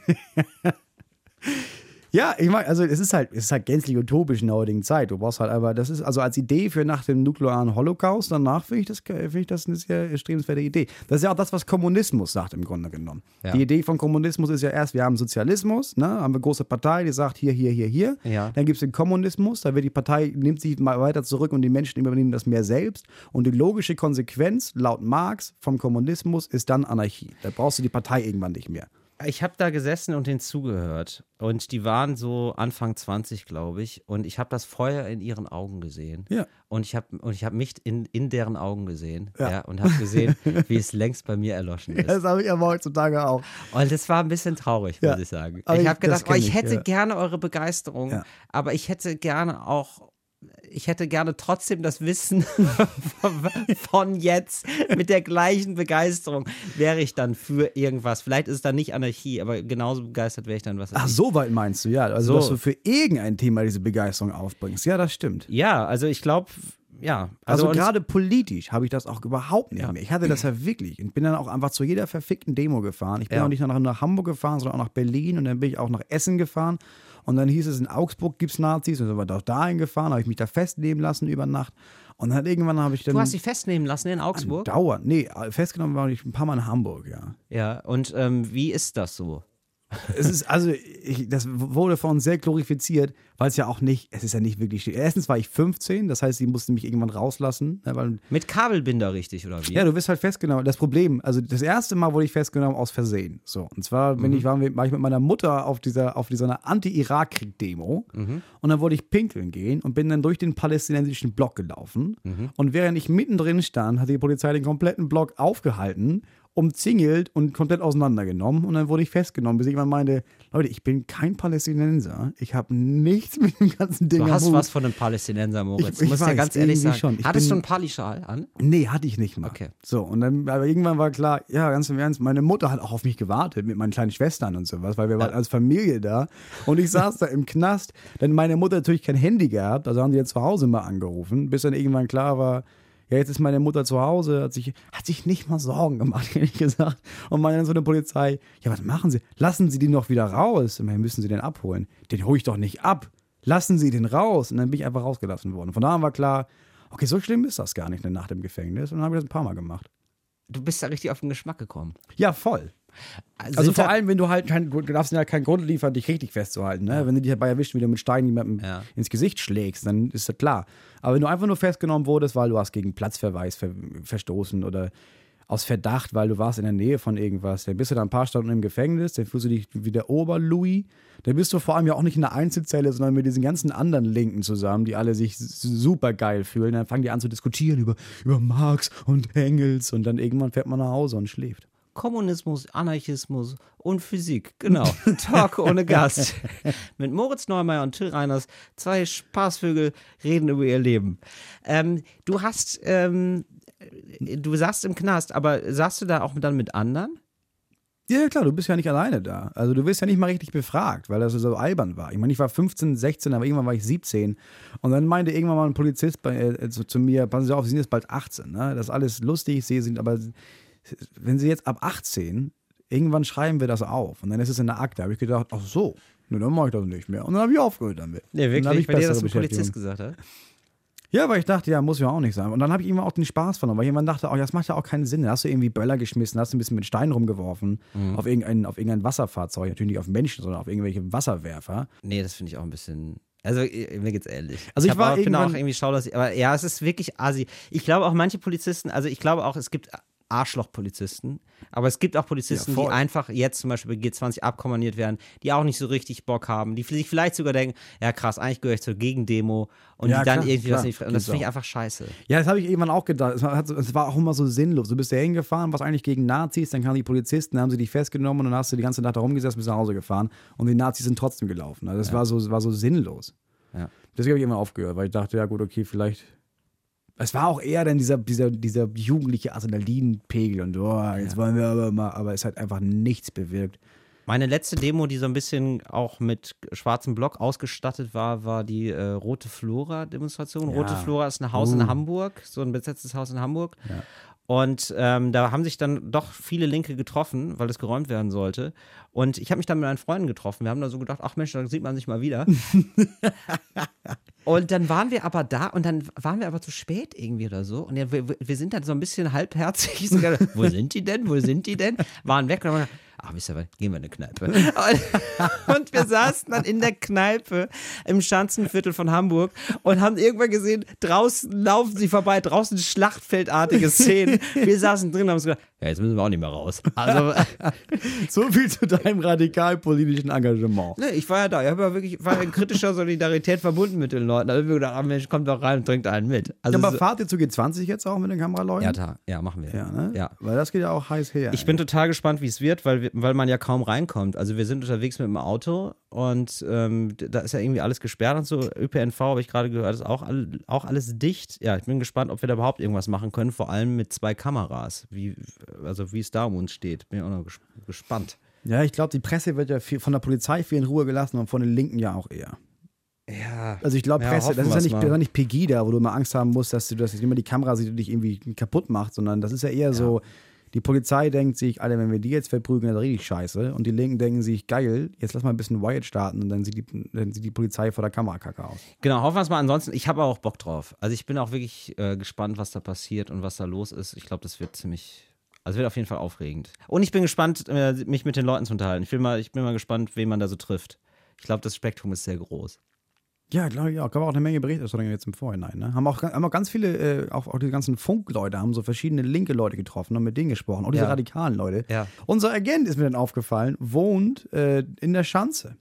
Ja, ich meine, also es ist halt gänzlich utopisch in der heutigen Zeit. Du brauchst halt aber, das ist also als Idee für nach dem nuklearen Holocaust, danach finde ich das eine sehr erstrebenswerte Idee. Das ist ja auch das, was Kommunismus sagt im Grunde genommen. Ja. Die Idee von Kommunismus ist ja erst, wir haben Sozialismus, ne, haben eine große Partei, die sagt hier. Ja. Dann gibt es den Kommunismus, da wird die Partei, nimmt sich mal weiter zurück und die Menschen übernehmen das mehr selbst. Und die logische Konsequenz, laut Marx, vom Kommunismus ist dann Anarchie. Da brauchst du die Partei irgendwann nicht mehr. Ich habe da gesessen und denen zugehört und die waren so Anfang 20, glaube ich, und ich habe das Feuer in ihren Augen gesehen. Ja. Und ich hab mich in deren Augen gesehen, Ja. und habe gesehen, wie es längst bei mir erloschen ist. Das habe ich aber heutzutage auch. Und das war ein bisschen traurig, Ja. muss ich sagen. Aber Ich habe das gedacht, kenn ich hätte ja. gerne eure Begeisterung, Ja. aber ich hätte gerne trotzdem das Wissen von jetzt mit der gleichen Begeisterung wäre ich dann für irgendwas. Vielleicht ist es dann nicht Anarchie, aber genauso begeistert wäre ich dann was. Ach, so weit meinst du, ja. Also, So. dass du für irgendein Thema diese Begeisterung aufbringst. Ja, das stimmt. Ja, also ich glaube, ja. Also und- gerade politisch habe ich das auch überhaupt nicht Ja. mehr. Ich hatte das ja wirklich. Ich bin dann auch einfach zu jeder verfickten Demo gefahren. Ich bin Ja. auch nicht nur nach Hamburg gefahren, sondern auch nach Berlin und dann bin ich auch nach Essen gefahren. Und dann hieß es, in Augsburg gibt es Nazis und dann war ich auch dahin gefahren, habe ich mich da festnehmen lassen über Nacht. Und dann irgendwann habe ich dann... Du hast dich festnehmen lassen in Augsburg? Dauernd. Nee, festgenommen war ich ein paar Mal in Hamburg, ja. Ja, und wie ist das so? Es ist, also, das wurde von uns sehr glorifiziert, weil es ist ja nicht wirklich. Erstens war ich 15, das heißt, sie mussten mich irgendwann rauslassen. Ne, weil, Mit Kabelbinder richtig, oder wie? ja, du wirst halt festgenommen. Das Problem, also das erste Mal wurde ich festgenommen aus Versehen. So, und zwar war ich mit meiner Mutter auf dieser Anti-Irak-Krieg-Demo und dann wollte ich pinkeln gehen und bin dann durch den palästinensischen Block gelaufen. Und während ich mittendrin stand, hat die Polizei den kompletten Block aufgehalten umzingelt und komplett auseinandergenommen und dann wurde ich festgenommen, bis ich immer meinte, Leute, ich bin kein Palästinenser, ich habe nichts mit dem ganzen Ding Du am hast Hut. was von einem Palästinenser, Moritz. Ich Muss ja weiß, ganz ehrlich irgendwie sagen. schon. Hattest du einen Pali-Schal an? Nee, hatte ich nicht mal. Okay. So, und dann, aber irgendwann war klar, ja, ganz im Ernst, meine Mutter hat auch auf mich gewartet mit meinen kleinen Schwestern und sowas, weil wir waren als Familie da und ich saß da im Knast, denn meine Mutter natürlich kein Handy gehabt, also haben die jetzt zu Hause mal angerufen, bis dann irgendwann klar war, ja, jetzt ist meine Mutter zu Hause, hat sich nicht mal Sorgen gemacht, ehrlich gesagt. Und meine dann so eine Polizei, ja, was machen Sie? Lassen Sie den doch wieder raus. Und dann müssen Sie den abholen. Den hole ich doch nicht ab. Lassen Sie den raus. Und dann bin ich einfach rausgelassen worden. Von da an war klar, okay, so schlimm ist das gar nicht, eine Nacht im Gefängnis. Und dann habe ich das ein paar Mal gemacht. Du bist da richtig auf den Geschmack gekommen. Ja, voll. Also vor allem, wenn du halt du darfst ja keinen Grund liefern, dich richtig festzuhalten. Ne? Wenn du dich dabei erwischt, wie du mit Steinen jemandem ins Gesicht schlägst, dann ist das klar. Aber wenn du einfach nur festgenommen wurdest, weil du hast gegen Platzverweis verstoßen oder aus Verdacht, weil du warst in der Nähe von irgendwas, dann bist du da ein paar Stunden im Gefängnis, dann fühlst du dich wie der Ober-Louis. Dann bist du vor allem ja auch nicht in der Einzelzelle, sondern mit diesen ganzen anderen Linken zusammen, die alle sich super geil fühlen. Dann fangen die an zu diskutieren über Marx und Engels und dann irgendwann fährt man nach Hause und schläft. Kommunismus, Anarchismus und Physik. Genau. Talk ohne Gast. Mit Moritz Neumeier und Till Reiners. Zwei Spaßvögel reden über ihr Leben. Du saßt im Knast, aber saßt du da auch dann mit anderen? Ja, klar, du bist ja nicht alleine da. Also du wirst ja nicht mal richtig befragt, weil das so albern war. Ich meine, ich war 15, 16, aber irgendwann war ich 17. Und dann meinte irgendwann mal ein Polizist zu mir, passen Sie auf, Sie sind jetzt bald 18. Ne? Das ist alles lustig, Sie sind aber... Wenn Sie jetzt ab 18, irgendwann schreiben wir das auf und dann ist es in der Akte. Da habe ich gedacht, ach so, ne, dann mache ich das nicht mehr. Und dann habe ich aufgehört damit. Nee, wirklich, weil dir das ein Polizist gesagt hat? Ja, weil ich dachte, ja, muss ja auch nicht sein. Und dann habe ich irgendwann auch den Spaß verloren, weil ich irgendwann dachte, oh, das macht ja auch keinen Sinn. Da hast du irgendwie Böller geschmissen, hast du ein bisschen mit Steinen rumgeworfen auf irgendein Wasserfahrzeug, natürlich nicht auf Menschen, sondern auf irgendwelche Wasserwerfer. Nee, das finde ich auch ein bisschen... Also, mir geht's ehrlich. Also ich bin auch irgendwie schaulustig, aber ja, es ist wirklich assi. Ich glaube auch manche Polizisten, also ich glaube auch, es gibt Arschloch-Polizisten, aber es gibt auch Polizisten, die einfach jetzt zum Beispiel bei G20 abkommandiert werden, die auch nicht so richtig Bock haben, die sich vielleicht sogar denken, ja krass, eigentlich gehöre ich zur Gegendemo und die dann irgendwie was nicht, und das finde ich einfach scheiße. Ja, das habe ich irgendwann auch gedacht, es war auch immer so sinnlos, du bist da hingefahren, warst eigentlich gegen Nazis, dann kamen die Polizisten, dann haben sie dich festgenommen und dann hast du die ganze Nacht da rumgesessen, bist nach Hause gefahren und die Nazis sind trotzdem gelaufen, also das war so sinnlos. Ja. Deswegen habe ich immer aufgehört, weil ich dachte, ja gut, okay, vielleicht. Es war auch eher dann dieser jugendliche Adrenalinpegel und jetzt wollen wir aber mal, aber es hat einfach nichts bewirkt. Meine letzte Demo, die so ein bisschen auch mit schwarzem Block ausgestattet war die Rote Flora-Demonstration. Ja. Rote Flora ist ein Haus in Hamburg, so ein besetztes Haus in Hamburg. Ja. Und da haben sich dann doch viele Linke getroffen, weil das geräumt werden sollte. Und ich habe mich dann mit meinen Freunden getroffen. Wir haben da so gedacht, ach Mensch, da sieht man sich mal wieder. Und dann waren wir aber da und dann waren wir aber zu spät irgendwie oder so. Und ja, wir sind dann so ein bisschen halbherzig. So, wo sind die denn? Wo sind die denn? Waren weg und dann ach, wisst ihr was, gehen wir in eine Kneipe. Und wir saßen dann in der Kneipe im Schanzenviertel von Hamburg und haben irgendwann gesehen, draußen laufen sie vorbei, draußen schlachtfeldartige Szenen. Wir saßen drin und haben uns gedacht, ja, jetzt müssen wir auch nicht mehr raus. Also, so viel zu deinem radikal-politischen Engagement. Ne, ich war ja da, ich war in kritischer Solidarität verbunden mit den Leuten. Da haben wir gedacht, ach Mensch, kommt doch rein und trinkt einen mit. Also ja, aber fahrt ihr zu G20 jetzt auch mit den Kameraleuten? Ja, machen wir. Ja, ne? Ja. Weil das geht ja auch heiß her. Ich bin total gespannt, wie es wird, weil man ja kaum reinkommt. Also wir sind unterwegs mit dem Auto und da ist ja irgendwie alles gesperrt und so. ÖPNV, habe ich gerade gehört, ist auch alles dicht. Ja, ich bin gespannt, ob wir da überhaupt irgendwas machen können, vor allem mit 2 Kameras. Wie es da um uns steht. Bin ja auch noch gespannt. Ja, ich glaube, die Presse wird ja von der Polizei viel in Ruhe gelassen und von den Linken ja auch eher. Ja. Also ich glaube, Presse, das ist ja nicht Pegida, wo du immer Angst haben musst, dass immer die Kamera dich irgendwie kaputt macht, sondern das ist ja eher so, die Polizei denkt sich, Alter, wenn wir die jetzt verprügeln, dann richtig scheiße. Und die Linken denken sich, geil, jetzt lass mal ein bisschen Riot starten und dann sieht die Polizei vor der Kamera kacke aus. Genau, hoffen wir es mal. Ansonsten, ich habe auch Bock drauf. Also ich bin auch wirklich gespannt, was da passiert und was da los ist. Ich glaube, das wird wird auf jeden Fall aufregend. Und ich bin gespannt, mich mit den Leuten zu unterhalten. Ich bin mal gespannt, wen man da so trifft. Ich glaube, das Spektrum ist sehr groß. Ja, glaube ich auch. Gab auch eine Menge Berichterstattung jetzt im Vorhinein. Ne? Haben auch ganz viele, auch die ganzen Funkleute, haben so verschiedene linke Leute getroffen und mit denen gesprochen. Auch diese radikalen Leute. Ja. Unser Agent ist mir dann aufgefallen, wohnt in der Schanze.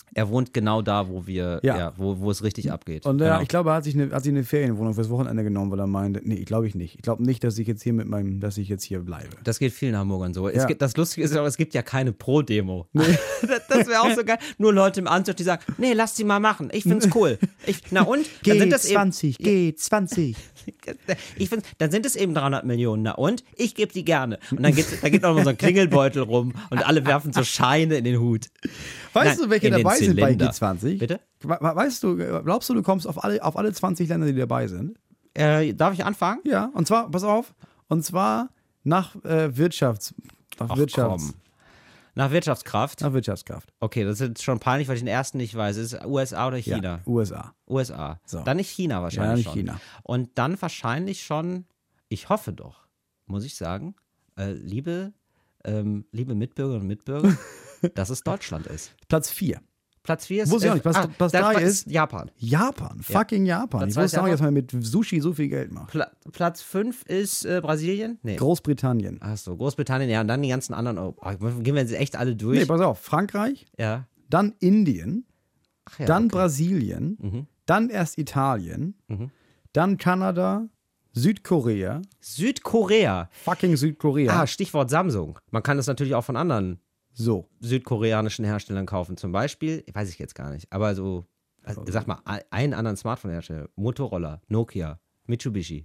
Er wohnt genau da, wo wir, Ja. wo es richtig abgeht. Und Genau. ich glaube, er hat sich eine Ferienwohnung fürs Wochenende genommen, weil er meinte, nee, glaube ich nicht. Ich glaube nicht, dass ich jetzt hier dass ich jetzt hier bleibe. Das geht vielen Hamburgern so. Ja. Das Lustige ist aber, es gibt ja keine Pro-Demo. Nee. Das wäre auch so geil. Nur Leute im Anzug, die sagen, nee, lass sie mal machen. Ich find's cool. Na und? Dann sind das eben, G20. dann sind es eben 300 Millionen. Na und? Ich gebe die gerne. Und da geht auch noch so ein Klingelbeutel rum und alle werfen so Scheine in den Hut. Weißt du, welche in den dabei sind bei Zylinder. G20? Bitte? Weißt du, glaubst du kommst auf alle 20 Länder, die dabei sind? Darf ich anfangen? Ja, und zwar, pass auf, nach Wirtschafts... Ach, komm. Nach Wirtschaftskraft? Nach Wirtschaftskraft. Okay, das ist jetzt schon peinlich, weil ich den ersten nicht weiß. Ist es USA oder China? Ja, USA. USA. So. Dann nicht China Ja, wahrscheinlich nicht schon. China. Und dann wahrscheinlich schon, ich hoffe doch, muss ich sagen, liebe Mitbürgerinnen und Mitbürger, dass es Deutschland ist. Platz 4. Platz 4 ist... Wusste ich auch nicht. Platz 3 ist... Japan. Japan. Fucking Japan. Platz Ich zwei ist wusste auch nicht, dass Japan. man mit Sushi so viel Geld macht. Platz 5 ist Brasilien? Nee. Großbritannien. Achso, Großbritannien, ja, und dann die ganzen anderen. Gehen wir jetzt echt alle durch? Nee, pass auf. Frankreich, Ja. dann Indien, Ach ja, dann okay. Brasilien, dann erst Italien, dann Kanada, Südkorea, Südkorea. fucking Südkorea. Stichwort Samsung. Man kann das natürlich auch von anderen So. südkoreanischen Herstellern kaufen. Zum Beispiel, weiß ich jetzt gar nicht, aber so, sag mal, einen anderen Smartphone-Hersteller. Motorola, Nokia, Mitsubishi.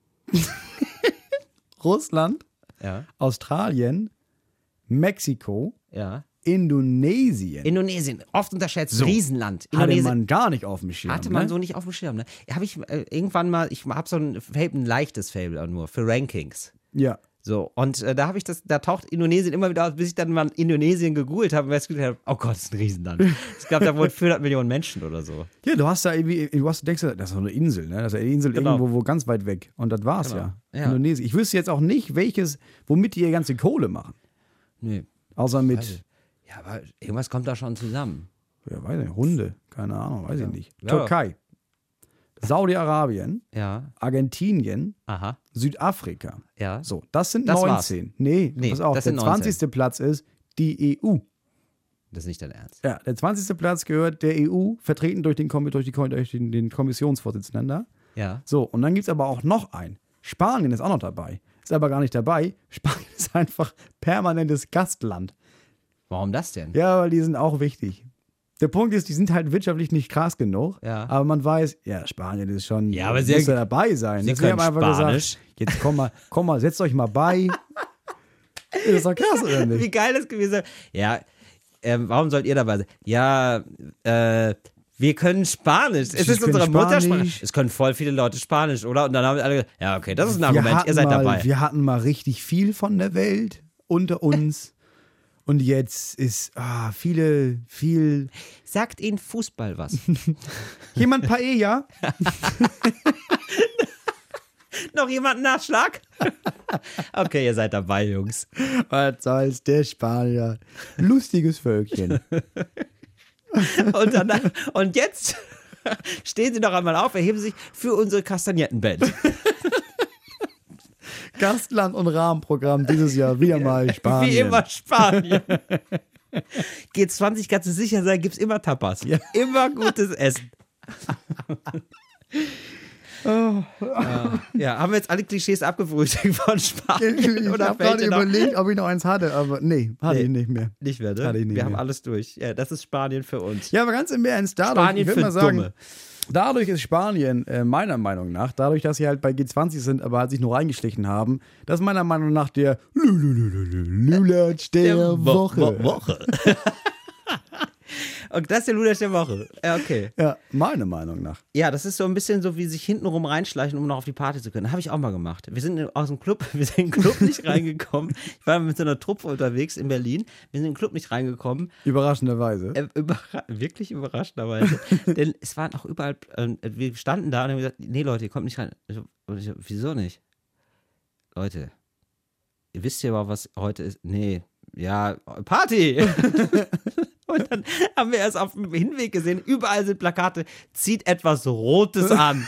Russland, Ja, Australien, Mexiko, ja. Indonesien. Indonesien, oft unterschätzt, So. Riesenland. Hatte Indonesien man gar nicht auf dem Schirm. hatte man ne? so nicht auf dem Schirm. Ne? Habe ich irgendwann mal, ich habe so ein leichtes Fable nur für Rankings. Ja. So, und da habe ich da taucht Indonesien immer wieder aus, bis ich dann mal Indonesien gegoogelt habe und mir das Gefühl habe, oh Gott, das ist ein Riesenland. Ich glaube, da wohnen 400 Millionen Menschen oder so. Ja, du hast da irgendwie, denkst, das ist so eine Insel, ne? Das ist eine Insel Genau. irgendwo ganz weit weg. Und das war's Genau. ja. Ja. Indonesien. Ich wüsste jetzt auch nicht, womit die ihre ganze Kohle machen. Nee. Außer mit, Ja, aber irgendwas kommt da schon zusammen. ja, weiß nicht, Hunde. Keine Ahnung, weiß ich nicht. Ja. Türkei, Saudi-Arabien, Ja, Argentinien, aha, Südafrika. ja. So, das sind Das 19. Nee, Nee, pass auf, das der sind 19. 20. Platz ist die EU. Das ist nicht dein Ernst. Ja, der 20. Platz gehört der EU, vertreten durch den Kommissionsvorsitzenden da. Ja. So, und dann gibt es aber auch noch einen. Spanien ist auch noch dabei. Ist aber gar nicht dabei. Spanien ist einfach permanentes Gastland. Warum das denn? Ja, weil die sind auch wichtig. Der Punkt ist, die sind halt wirtschaftlich nicht krass genug. Ja. Aber man weiß, ja, Spanien ist schon, Ja, aber muss sie- ja dabei sein. sie Deswegen können haben wir einfach Spanisch. gesagt, jetzt komm mal, setzt euch mal bei. Das ist doch krass, oder Wie nicht? geil das gewesen ist. Ja, warum sollt ihr dabei sein? Ja, wir können Spanisch. Es ist können unsere Muttersprache. Spanisch. Es können voll viele Leute Spanisch, oder? Und dann haben alle gesagt, ja, okay, das ist ein Wir Argument, hatten ihr seid mal, dabei. Wir hatten mal richtig viel von der Welt unter uns. Und jetzt ist viel. Sagt ihnen Fußball was. Jemand Paella? Noch jemand einen Nachschlag? Okay, ihr seid dabei, Jungs. Was soll's, der Spanier. Lustiges Völkchen. Und jetzt stehen sie noch einmal auf, erheben sich für unsere Kastagnettenband. Gastland und Rahmenprogramm dieses Jahr wieder mal Spanien. Wie immer Spanien. G20 kannst du sicher sein, gibt's immer Tapas. Ja. Immer gutes Essen. Ja, haben wir jetzt alle Klischees abgefrühstückt von Spanien? Ich Oder habe gerade welche noch? überlegt, ob ich noch eins hatte, aber nee, hatte ich nicht mehr. Nicht mehr, ne? Hatte ich nicht Wir haben mehr. alles durch. Ja, das ist Spanien für uns. Ja, aber ganz im Ernst, dadurch, Spanien ich würde für mal sagen, Dumme. dadurch ist Spanien, meiner Meinung nach, dadurch, dass sie halt bei G20 sind, aber halt sich nur reingeschlichen haben, das ist meiner Meinung nach der Lulatsch der Woche. Und das ist der Lulatsch der Woche. Ja, okay. Ja, meiner Meinung nach. Ja, das ist so ein bisschen so, wie sich hintenrum reinschleichen, um noch auf die Party zu können. Habe ich auch mal gemacht. Wir sind aus dem Club, wir sind in den Club nicht reingekommen. Ich war mit so einer Truppe unterwegs in Berlin. Wir sind in den Club nicht reingekommen. Überraschenderweise. Wirklich überraschenderweise. Denn es waren auch überall, wir standen da und haben gesagt, nee Leute, ihr kommt nicht rein. Und ich so, wieso nicht? Leute, ihr wisst ja aber, was heute ist. Nee, ja, Party! Und dann haben wir erst auf dem Hinweg gesehen, überall sind Plakate, zieht etwas Rotes an.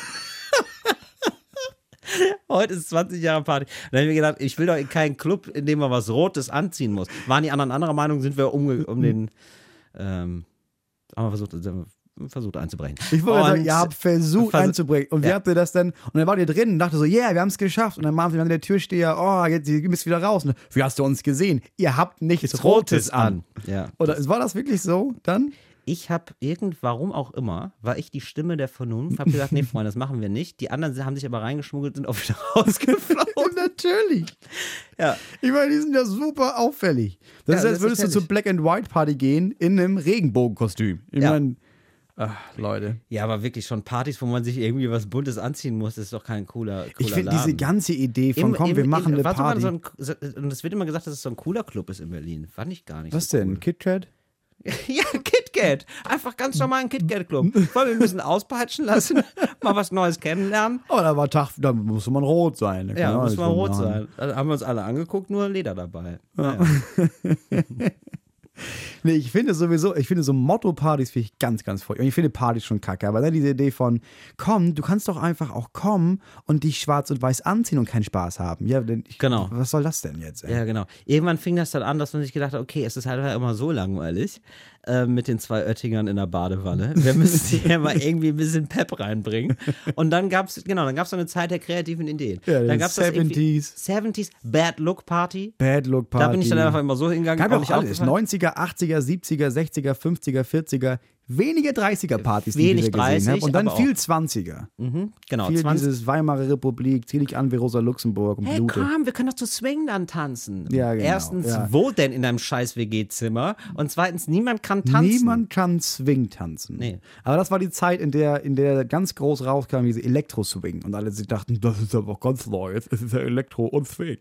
Heute ist 20 Jahre Party. Und dann habe ich mir gedacht, ich will doch in keinen Club, in dem man was Rotes anziehen muss. Waren die anderen anderer Meinung, sind wir um den haben wir versucht einzubrechen. Ich wollte sagen, Und ihr habt versucht einzubrechen. Und wie habt ihr das denn? Und dann wart ihr drin und dachte so, yeah, wir haben es geschafft. Und dann machen wir der Türsteher, oh, jetzt ihr müsst wieder raus. Und wie hast du uns gesehen? Ihr habt nichts Rotes an. Ja. Oder war das wirklich so dann? Ich habe warum auch immer, war ich die Stimme der Vernunft, habe gesagt, nee, Freunde, das machen wir nicht. Die anderen haben sich aber reingeschmuggelt, sind auch wieder rausgeflogen. Natürlich. Ja. Ich meine, die sind ja super auffällig. Das ist, als würdest du zur Black and White Party gehen in einem Regenbogenkostüm. Ich meine, Leute. Ja, aber wirklich schon Partys, wo man sich irgendwie was Buntes anziehen muss, ist doch kein cooler Ich finde Laden. diese ganze Idee von, wir machen eine Party. Und es wird immer gesagt, dass es so ein cooler Club ist in Berlin. Fand ich gar nicht Was so denn? cool. KitKat? Ja, KitKat. Einfach ganz normal ein KitKat-Club. Wollen wir ein bisschen auspeitschen lassen, mal was Neues kennenlernen. Aber da musste man rot sein. Ja, muss man rot sein. Da haben wir uns alle angeguckt, nur Leder dabei. Ja. Nee, ich finde so Motto-Partys finde ich ganz, ganz furchtbar. Ich finde Partys schon kacke, aber dann diese Idee von, komm, du kannst doch einfach auch kommen und dich schwarz und weiß anziehen und keinen Spaß haben. Ja, genau. Was soll das denn jetzt? Ey? Ja, genau. Irgendwann fing das dann an, dass man sich gedacht hat, okay, es ist halt immer so langweilig mit den 2 Oettingern in der Badewanne. Wir müssen hier mal irgendwie ein bisschen Pep reinbringen. Und dann gab es so eine Zeit der kreativen Ideen. Ja, dann gab es 70s Bad Look Party. Bad Look Party. Da bin ich dann einfach immer so hingegangen. Gab auch alles. 90er, 80er, 70er, 60er, 50er, 40er. Wenige 30er-Partys, die ich gesehen habe. Und dann viel 20er. Genau. Viel dieses Weimarer Republik, zieh dich an wie Rosa Luxemburg und Blute. Komm, wir können doch zu Swing dann tanzen. Ja, genau. Erstens, wo denn in deinem scheiß WG-Zimmer? Und zweitens, niemand kann tanzen. Niemand kann Swing tanzen. Nee. Aber das war die Zeit, in der ganz groß rauskam, diese Elektro-Swing. Und alle sich dachten, das ist aber ganz neu. Jetzt ist es ja Elektro und Swing.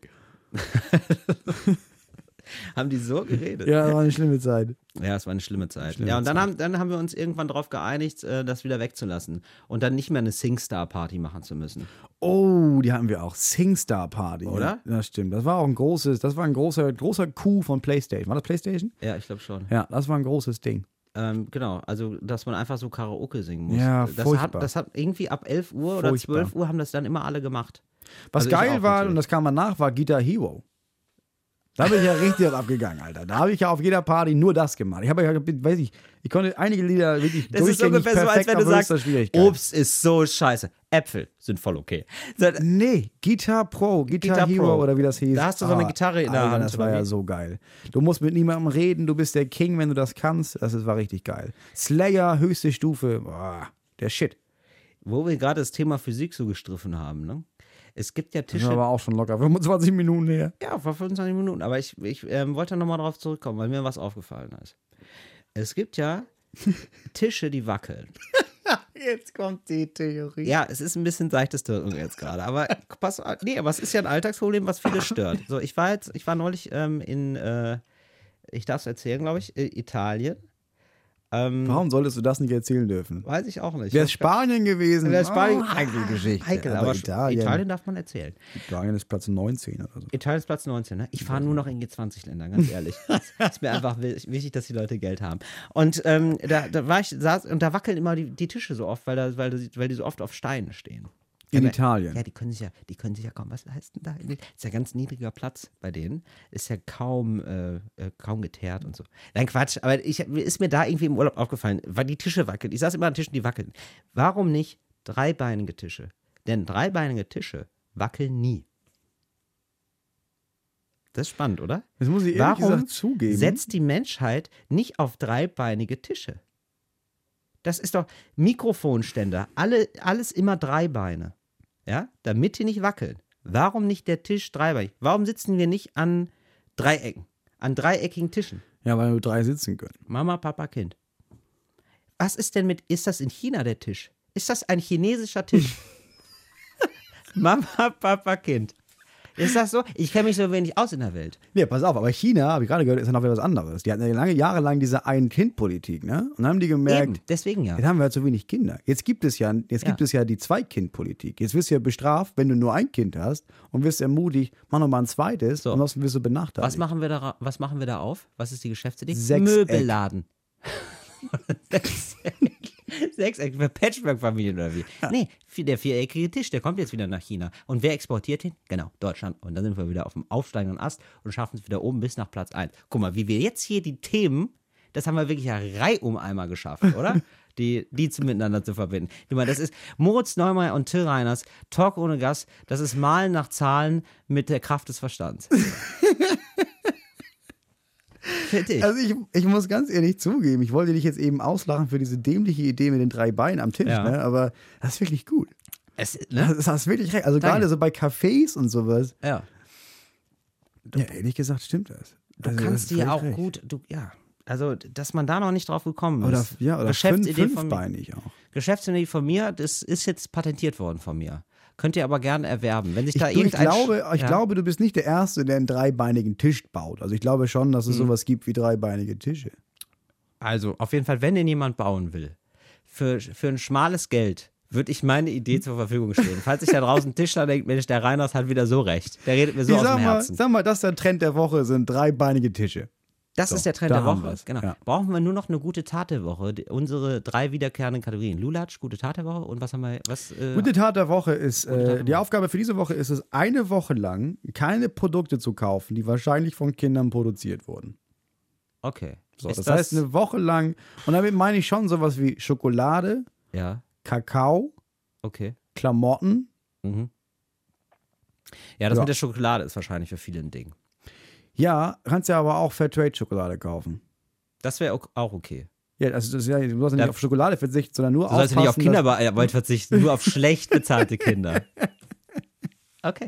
Haben die so geredet? Ja, das war eine schlimme Zeit. Ja, es war eine schlimme Zeit. Und dann haben wir uns irgendwann darauf geeinigt, das wieder wegzulassen. Und dann nicht mehr eine Singstar-Party machen zu müssen. Oh, die hatten wir auch. Singstar-Party. Oder? Ja, das stimmt. Das war ein großer Coup von PlayStation. War das PlayStation? Ja, ich glaube schon. Ja, das war ein großes Ding. Genau, also dass man einfach so Karaoke singen muss. Ja, das hat irgendwie ab 11 Uhr oder 12 Uhr haben das dann immer alle gemacht. Was also geil war, und das kam danach, war Guitar Hero. Da bin ich ja richtig abgegangen, Alter. Da habe ich ja auf jeder Party nur das gemacht. Ich konnte einige Lieder wirklich das durchgängig perfekt, so, als wenn du sagst, Obst ist so scheiße. Äpfel sind voll okay. Nee, Guitar Pro, Guitar Hero oder wie das hieß. Da hast du so eine Gitarre in der Hand. Das war ja so geil. Du musst mit niemandem reden, du bist der King, wenn du das kannst. Das war richtig geil. Slayer, höchste Stufe, der Shit. Wo wir gerade das Thema Physik so gestriffen haben, ne? Es gibt ja Tische. Das war aber auch schon locker 25 Minuten her. Ja, vor 25 Minuten. Aber ich wollte nochmal darauf zurückkommen, weil mir was aufgefallen ist. Es gibt ja Tische, die wackeln. Jetzt kommt die Theorie. Ja, es ist ein bisschen seichtes Dirken jetzt gerade. Aber aber es ist ja ein Alltagsproblem, was viele stört. So, ich war neulich ich darf es erzählen, glaube ich, Italien. Warum solltest du das nicht erzählen dürfen? Weiß ich auch nicht. Wäre es Spanien gewesen? Wäre Spanien, heikle Geschichte. Heikel, aber Italien darf man erzählen. Italien ist Platz 19 oder so. Italien ist Platz 19, ne? Ich fahre nur noch in G20-Ländern, ganz ehrlich. Ist mir einfach wichtig, dass die Leute Geld haben. Und saß und da wackeln immer die Tische so oft, weil die so oft auf Steinen stehen. In Italien? Ja, die können sich ja kaum was leisten da. Ist ja ganz niedriger Platz bei denen. Ist ja kaum geteert und so. Nein, Quatsch. Aber ist mir da irgendwie im Urlaub aufgefallen, weil die Tische wackeln. Ich saß immer an Tischen, die wackeln. Warum nicht dreibeinige Tische? Denn dreibeinige Tische wackeln nie. Das ist spannend, oder? Das muss ich ehrlich gesagt zugeben. Warum setzt die Menschheit nicht auf dreibeinige Tische? Das ist doch Mikrofonständer, alles immer 3 Beine, ja, damit die nicht wackeln. Warum nicht der Tisch dreibeinig? Warum sitzen wir nicht an Dreiecken, an dreieckigen Tischen? Ja, weil nur 3 sitzen können. Mama, Papa, Kind. Was ist denn ist das in China der Tisch? Ist das ein chinesischer Tisch? Mama, Papa, Kind. Ist das so? Ich kenne mich so wenig aus in der Welt. Nee, pass auf, aber China, habe ich gerade gehört, ist ja noch wieder was anderes. Die hatten ja Jahre lang diese Ein-Kind-Politik, ne? Und dann haben die gemerkt, eben, deswegen ja. Jetzt haben wir halt so wenig Kinder. Jetzt gibt es ja die 2-Kind-Politik. Jetzt wirst du ja bestraft, wenn du nur ein Kind hast und wirst ermutigt, mach noch mal ein zweites, so. Und ansonsten wirst du benachteiligt. Was machen wir da auf? Was ist die Geschäftsidee? Sechseck. Möbelladen. Sechseck für Patchwork-Familien oder wie? Ja. Nee, der 4-eckige Tisch, der kommt jetzt wieder nach China. Und wer exportiert ihn? Genau, Deutschland. Und dann sind wir wieder auf dem aufsteigenden Ast und schaffen es wieder oben bis nach Platz 1. Guck mal, wie wir jetzt hier die Themen das haben wir wirklich ja reihum einmal geschafft, oder? Die miteinander zu verbinden. Wie man, das ist Moritz Neumeier und Till Reiners, Talk ohne Gast, das ist Malen nach Zahlen mit der Kraft des Verstands. Also ich muss ganz ehrlich zugeben, ich wollte dich jetzt eben auslachen für diese dämliche Idee mit den 3 Beinen am Tisch, ne? Aber das ist wirklich gut. Das hast wirklich recht. Also gerade so bei Cafés und sowas. Ja. Ja, ehrlich gesagt stimmt das. Du Also, kannst das ist dir auch recht. gut, also dass man da noch nicht drauf gekommen ist. Oder fünfbeinig auch. Geschäftsidee von mir, das ist jetzt patentiert worden von mir. Könnt ihr aber gerne erwerben. Wenn sich da Ich irgendein... glaube, du bist nicht der Erste, der einen 3-beinigen Tisch baut. Also ich glaube schon, dass es sowas gibt wie 3-beinige Tische. Also auf jeden Fall, wenn den jemand bauen will, für ein schmales Geld würde ich meine Idee zur Verfügung stellen. Falls sich da draußen ein Tischler denkt, Mensch, der Reiners hat wieder so recht. Der redet mir so aus dem Herzen. Sag mal, das ist der Trend der Woche, sind 3-beinige Tische. Das ist der Trend der haben Woche. wir's. Genau. Ja. Brauchen wir nur noch eine gute Tat der Woche. Unsere 3 wiederkehrenden Kategorien. Lulatsch, gute Tat der Woche und was haben wir? Gute Tat der Woche ist, die Aufgabe für diese Woche ist es, eine Woche lang keine Produkte zu kaufen, die wahrscheinlich von Kindern produziert wurden. Okay. So, das heißt, eine Woche lang, und damit meine ich schon sowas wie Schokolade, Ja, Kakao, okay. Klamotten. Mhm. Ja, das Ja. mit der Schokolade ist wahrscheinlich für viele ein Ding. Ja, kannst ja aber auch Fairtrade-Schokolade kaufen. Das wäre auch okay. Ja, also das ist ja, du sollst ja nicht auf Schokolade verzichten, sondern nur Du sollst ja nicht auf aufpassen, Kinderarbeit verzichten, nur auf schlecht bezahlte Kinder. Okay.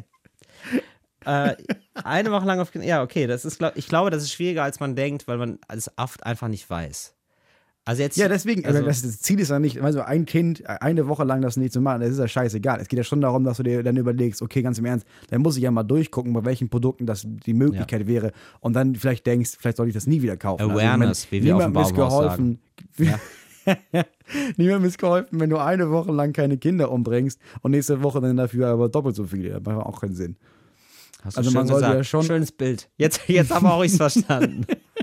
Eine Woche lang auf Kinder. Ja, okay. Ich glaube, das ist schwieriger, als man denkt, weil man es oft einfach nicht weiß. Also jetzt, Ja, deswegen, also, das Ziel ist ja nicht, also ein Kind eine Woche lang das nicht zu machen, das ist ja scheißegal. Es geht ja schon darum, dass du dir dann überlegst, okay, ganz im Ernst, dann muss ich ja mal durchgucken, bei welchen Produkten das die Möglichkeit wäre und dann vielleicht denkst, vielleicht soll ich das nie wieder kaufen. Awareness, wie wir auf dem Baumhaus sagen. Ja. Niemandem ist geholfen, wenn du eine Woche lang keine Kinder umbringst und nächste Woche dann dafür aber doppelt so viele. Das macht auch keinen Sinn. Hast du Also schön man sollte gesagt. ja schon- Schönes Bild. Jetzt aber auch ich's verstanden.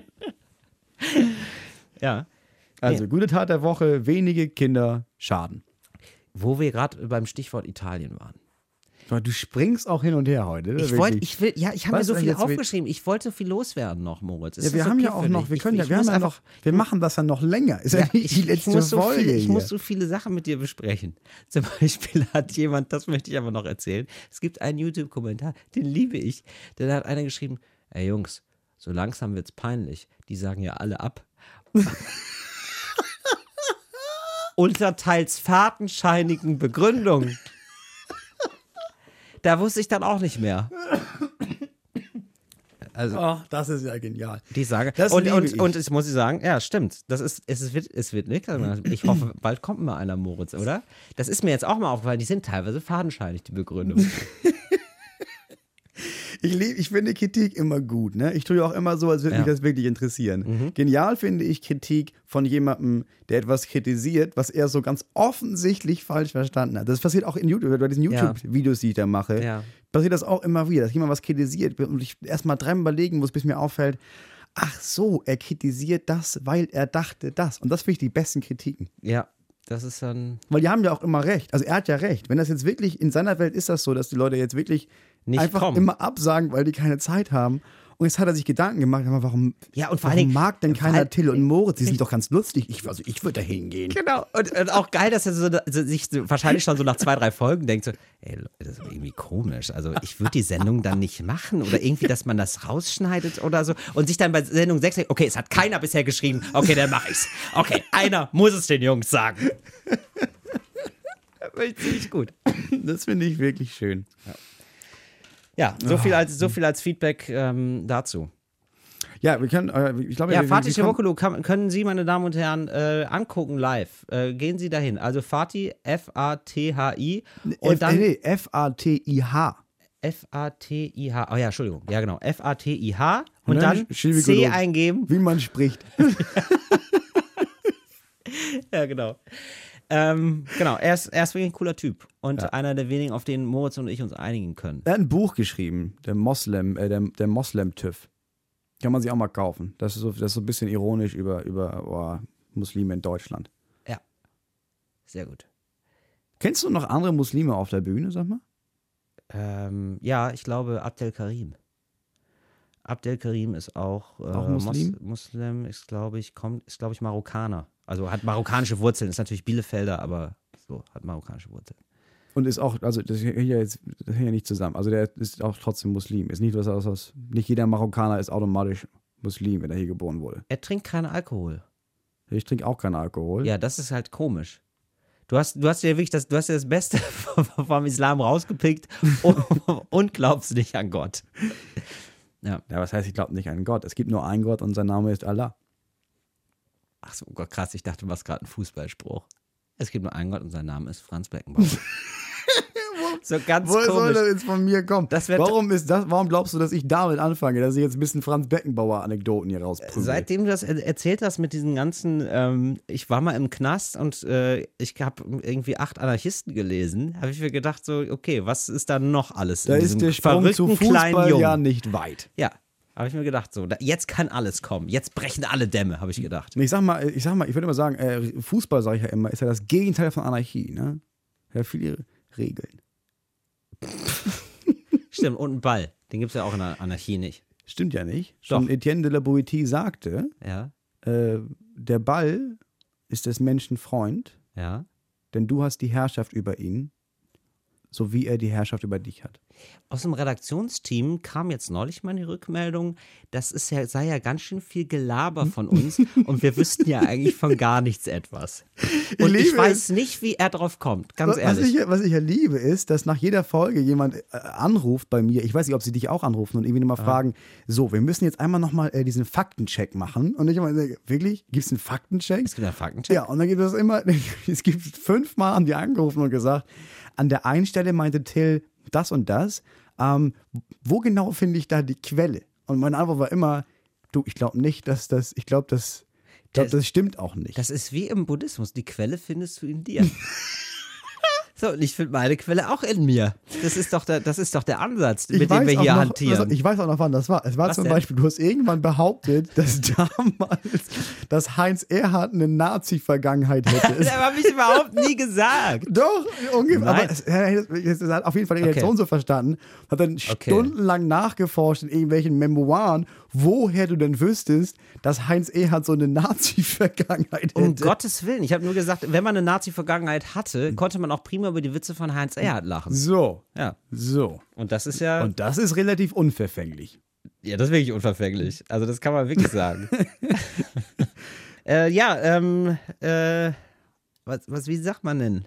Ja. Also, gute Tat der Woche, wenige Kinder schaden. Wo wir gerade beim Stichwort Italien waren. Du springst auch hin und her heute. Ich habe mir so viel aufgeschrieben. Ich wollte so viel loswerden noch, Moritz. Ist Ja, wir das haben okay ja auch für noch, dich? wir können Ich ja, muss wir machen das dann noch länger. Ist ja nicht die letzte Folge. Ich muss so viele Sachen mit dir besprechen. Zum Beispiel hat jemand, das möchte ich aber noch erzählen, es gibt einen YouTube-Kommentar, den liebe ich. Da hat einer geschrieben, ey Jungs, so langsam wird's peinlich. Die sagen ja alle ab. Unter teils fadenscheinigen Begründungen. Da wusste ich dann auch nicht mehr. Also, Ach, das ist ja genial. die Sage. Das liebe ich. Und ich muss sagen, ja, stimmt. Es wird nicht. Ich hoffe, bald kommt mal einer, Moritz, oder? Das ist mir jetzt auch mal aufgefallen. Die sind teilweise fadenscheinig, die Begründungen. Ich finde Kritik immer gut. Ne? Ich tue ja auch immer so, als würde mich das wirklich interessieren. Genial finde ich Kritik von jemandem, der etwas kritisiert, was er so ganz offensichtlich falsch verstanden hat. Das passiert auch in YouTube, bei diesen YouTube-Videos, die ich da mache. Ja. Passiert das auch immer wieder, dass jemand was kritisiert und ich erst mal dreimal überlegen muss, bis mir auffällt, ach so, er kritisiert das, weil er dachte das. Und das finde ich die besten Kritiken. Ja, das ist dann Weil die haben ja auch immer recht. Also er hat ja recht. Wenn das jetzt wirklich, in seiner Welt ist das so, dass die Leute jetzt wirklich nicht einfach kommen. immer absagen, weil die keine Zeit haben. Und jetzt hat er sich Gedanken gemacht, aber warum, Ja, und vor allen warum Dingen- mag denn vor allem- keiner Till und Moritz? Die sind doch ganz lustig. Ich würde da hingehen. Genau. Und auch geil, dass er sich wahrscheinlich schon so nach 2, 3 Folgen denkt, so, ey, das ist irgendwie komisch. Also ich würde die Sendung dann nicht machen oder irgendwie, dass man das rausschneidet oder so. Und sich dann bei Sendung 6 denkt, okay, es hat keiner bisher geschrieben, okay, dann mache ich's. Okay, einer muss es den Jungs sagen. Das finde ich ziemlich gut. Das finde ich wirklich schön. Ja, so viel als Feedback dazu. Ja, wir können, ich glaube, Ja, wir Fatih kommen- Chirokolo können Sie, meine Damen und Herren, angucken live. Gehen Sie dahin. Also Fatih, F-A-T-H-I und dann F-A-T-I-H. F-A-T-I-H. Oh ja, Entschuldigung. Ja, genau. F-A-T-I-H und Ne? dann Schilbigolo. C eingeben. Wie man spricht. Ja, genau. Genau, er ist wirklich ein cooler Typ und einer der wenigen, auf den Moritz und ich uns einigen können. Er hat ein Buch geschrieben, der Moslem-TÜV. Kann man sich auch mal kaufen. Das ist so ein bisschen ironisch über Muslime in Deutschland. Ja, sehr gut. Kennst du noch andere Muslime auf der Bühne, sag mal? Ja, ich glaube Abdel Karim. Abdelkarim ist auch, Muslim? Muslim, ist glaube ich Marokkaner. Also hat marokkanische Wurzeln, ist natürlich Bielefelder, aber so, hat marokkanische Wurzeln. Und ist auch, also das hängt ja nicht zusammen. Also der ist auch trotzdem Muslim. Ist nicht nicht jeder Marokkaner ist automatisch Muslim, wenn er hier geboren wurde. Er trinkt keinen Alkohol. Ich trinke auch keinen Alkohol. Ja, das ist halt komisch. Du hast ja wirklich das Beste vom Islam rausgepickt und glaubst nicht an Gott. Ja, was heißt, ich glaube nicht an Gott? Es gibt nur einen Gott und sein Name ist Allah. Ach so, oh Gott, krass, ich dachte, du machst gerade einen Fußballspruch. Es gibt nur einen Gott und sein Name ist Franz Beckenbauer. So ganz Woher komisch. soll das jetzt von mir kommen? Warum glaubst du, dass ich damit anfange, dass ich jetzt ein bisschen Franz Beckenbauer-Anekdoten hier rausprügel? Seitdem du das erzählt hast mit diesen ganzen, ich war mal im Knast und ich habe irgendwie 8 Anarchisten gelesen, habe ich mir gedacht so, okay, was ist da noch alles da in ist diesem der Sprung zu verrückten kleinen Fußball Jungen? ja nicht weit. Ja, habe ich mir gedacht so, jetzt kann alles kommen, jetzt brechen alle Dämme, habe ich gedacht. Ich würde immer sagen, Fußball, sage ich ja immer, ist ja das Gegenteil von Anarchie, ne? Ja, viele Regeln. Stimmt, und ein Ball, den gibt es ja auch in der Anarchie nicht. Stimmt ja nicht. Doch. Schon Etienne de la Boétie sagte, Ja, der Ball ist des Menschen Freund, ja. denn du hast die Herrschaft über ihn, so wie er die Herrschaft über dich hat. Aus dem Redaktionsteam kam jetzt neulich mal die Rückmeldung, sei ja ganz schön viel Gelaber von uns und wir wüssten ja eigentlich von gar nichts etwas. Und ich weiß nicht, wie er drauf kommt, ganz ehrlich. Was ich ja liebe, ist, dass nach jeder Folge jemand anruft bei mir, ich weiß nicht, ob sie dich auch anrufen und irgendwie nochmal fragen, so, wir müssen jetzt einmal nochmal diesen Faktencheck machen. Und ich immer sage, wirklich? Gibt es einen Faktencheck? Es gibt einen Faktencheck? Ja, und dann gibt es immer, es gibt 5-mal haben die angerufen und gesagt, an der einen Stelle meinte Till das und das. Wo genau finde ich da die Quelle? Und meine Antwort war immer, du, ich glaube nicht, dass das, ich glaube, das stimmt auch nicht. Das ist wie im Buddhismus, die Quelle findest du in dir. So, und ich finde meine Quelle auch in mir. Das ist doch der Ansatz, mit dem wir hier hantieren. Also ich weiß auch noch, wann das war. Es war zum Beispiel, du hast irgendwann behauptet, dass damals, dass Heinz Erhardt eine Nazi-Vergangenheit hätte. Das habe ich überhaupt nie gesagt. Doch, ungefähr. Nein. Aber es hat auf jeden Fall die Reaktion so verstanden. Hat dann stundenlang nachgeforscht in irgendwelchen Memoiren, woher du denn wüsstest, dass Heinz Erhardt so eine Nazi-Vergangenheit hätte. Um Gottes Willen. Ich habe nur gesagt, wenn man eine Nazi-Vergangenheit hatte, konnte man auch prima über die Witze von Heinz Erhardt lachen. So. Ja. So. Und das ist ja... Und das ist relativ unverfänglich. Ja, das ist wirklich unverfänglich. Also das kann man wirklich sagen. Wie sagt man denn?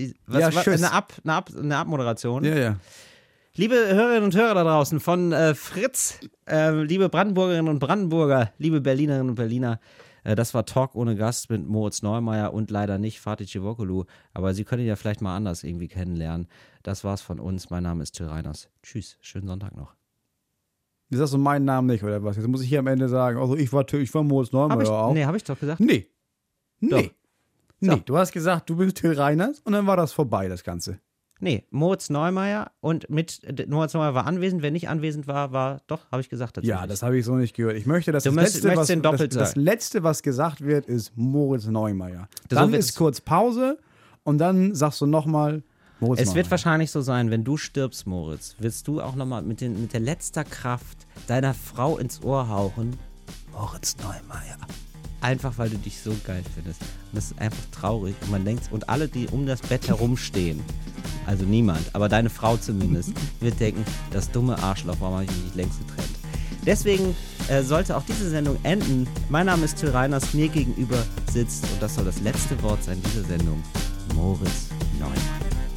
Eine Abmoderation? Ja. Liebe Hörerinnen und Hörer da draußen von Fritz, liebe Brandenburgerinnen und Brandenburger, liebe Berlinerinnen und Berliner, das war Talk ohne Gast mit Moritz Neumeier und leider nicht Fatih Cevokolu, aber Sie können ihn ja vielleicht mal anders irgendwie kennenlernen. Das war's von uns. Mein Name ist Till Reiners. Tschüss, schönen Sonntag noch. Du sagst so meinen Namen nicht, oder was? Jetzt muss ich hier am Ende sagen, also ich war Moritz Neumeier auch. Nee, habe ich doch gesagt. Nee. Doch. Nee, So. du hast gesagt, du bist Till Reiners und dann war das vorbei, das Ganze. Nee, Moritz Neumeier und mit Moritz Neumeier war anwesend. Wer nicht anwesend war, doch, habe ich gesagt. Ja, das habe ich so nicht gehört. Ich möchte, dass Du möchtest den doppelt das sagen. Letzte, was gesagt wird, ist Moritz Neumeier. So Dann wird's. ist kurz Pause und dann sagst du nochmal Moritz Neumeier. Es wird wahrscheinlich so sein, wenn du stirbst, Moritz, willst du auch nochmal mit der letzter Kraft deiner Frau ins Ohr hauchen, Moritz Neumeier. Einfach, weil du dich so geil findest. Und das ist einfach traurig. Und man denkt, und alle, die um das Bett herumstehen, also niemand, aber deine Frau zumindest, wird denken, das dumme Arschloch, warum habe ich mich nicht längst getrennt? Deswegen sollte auch diese Sendung enden. Mein Name ist Till Reiners, mir gegenüber sitzt, und das soll das letzte Wort sein dieser Sendung, Moritz Neumeier.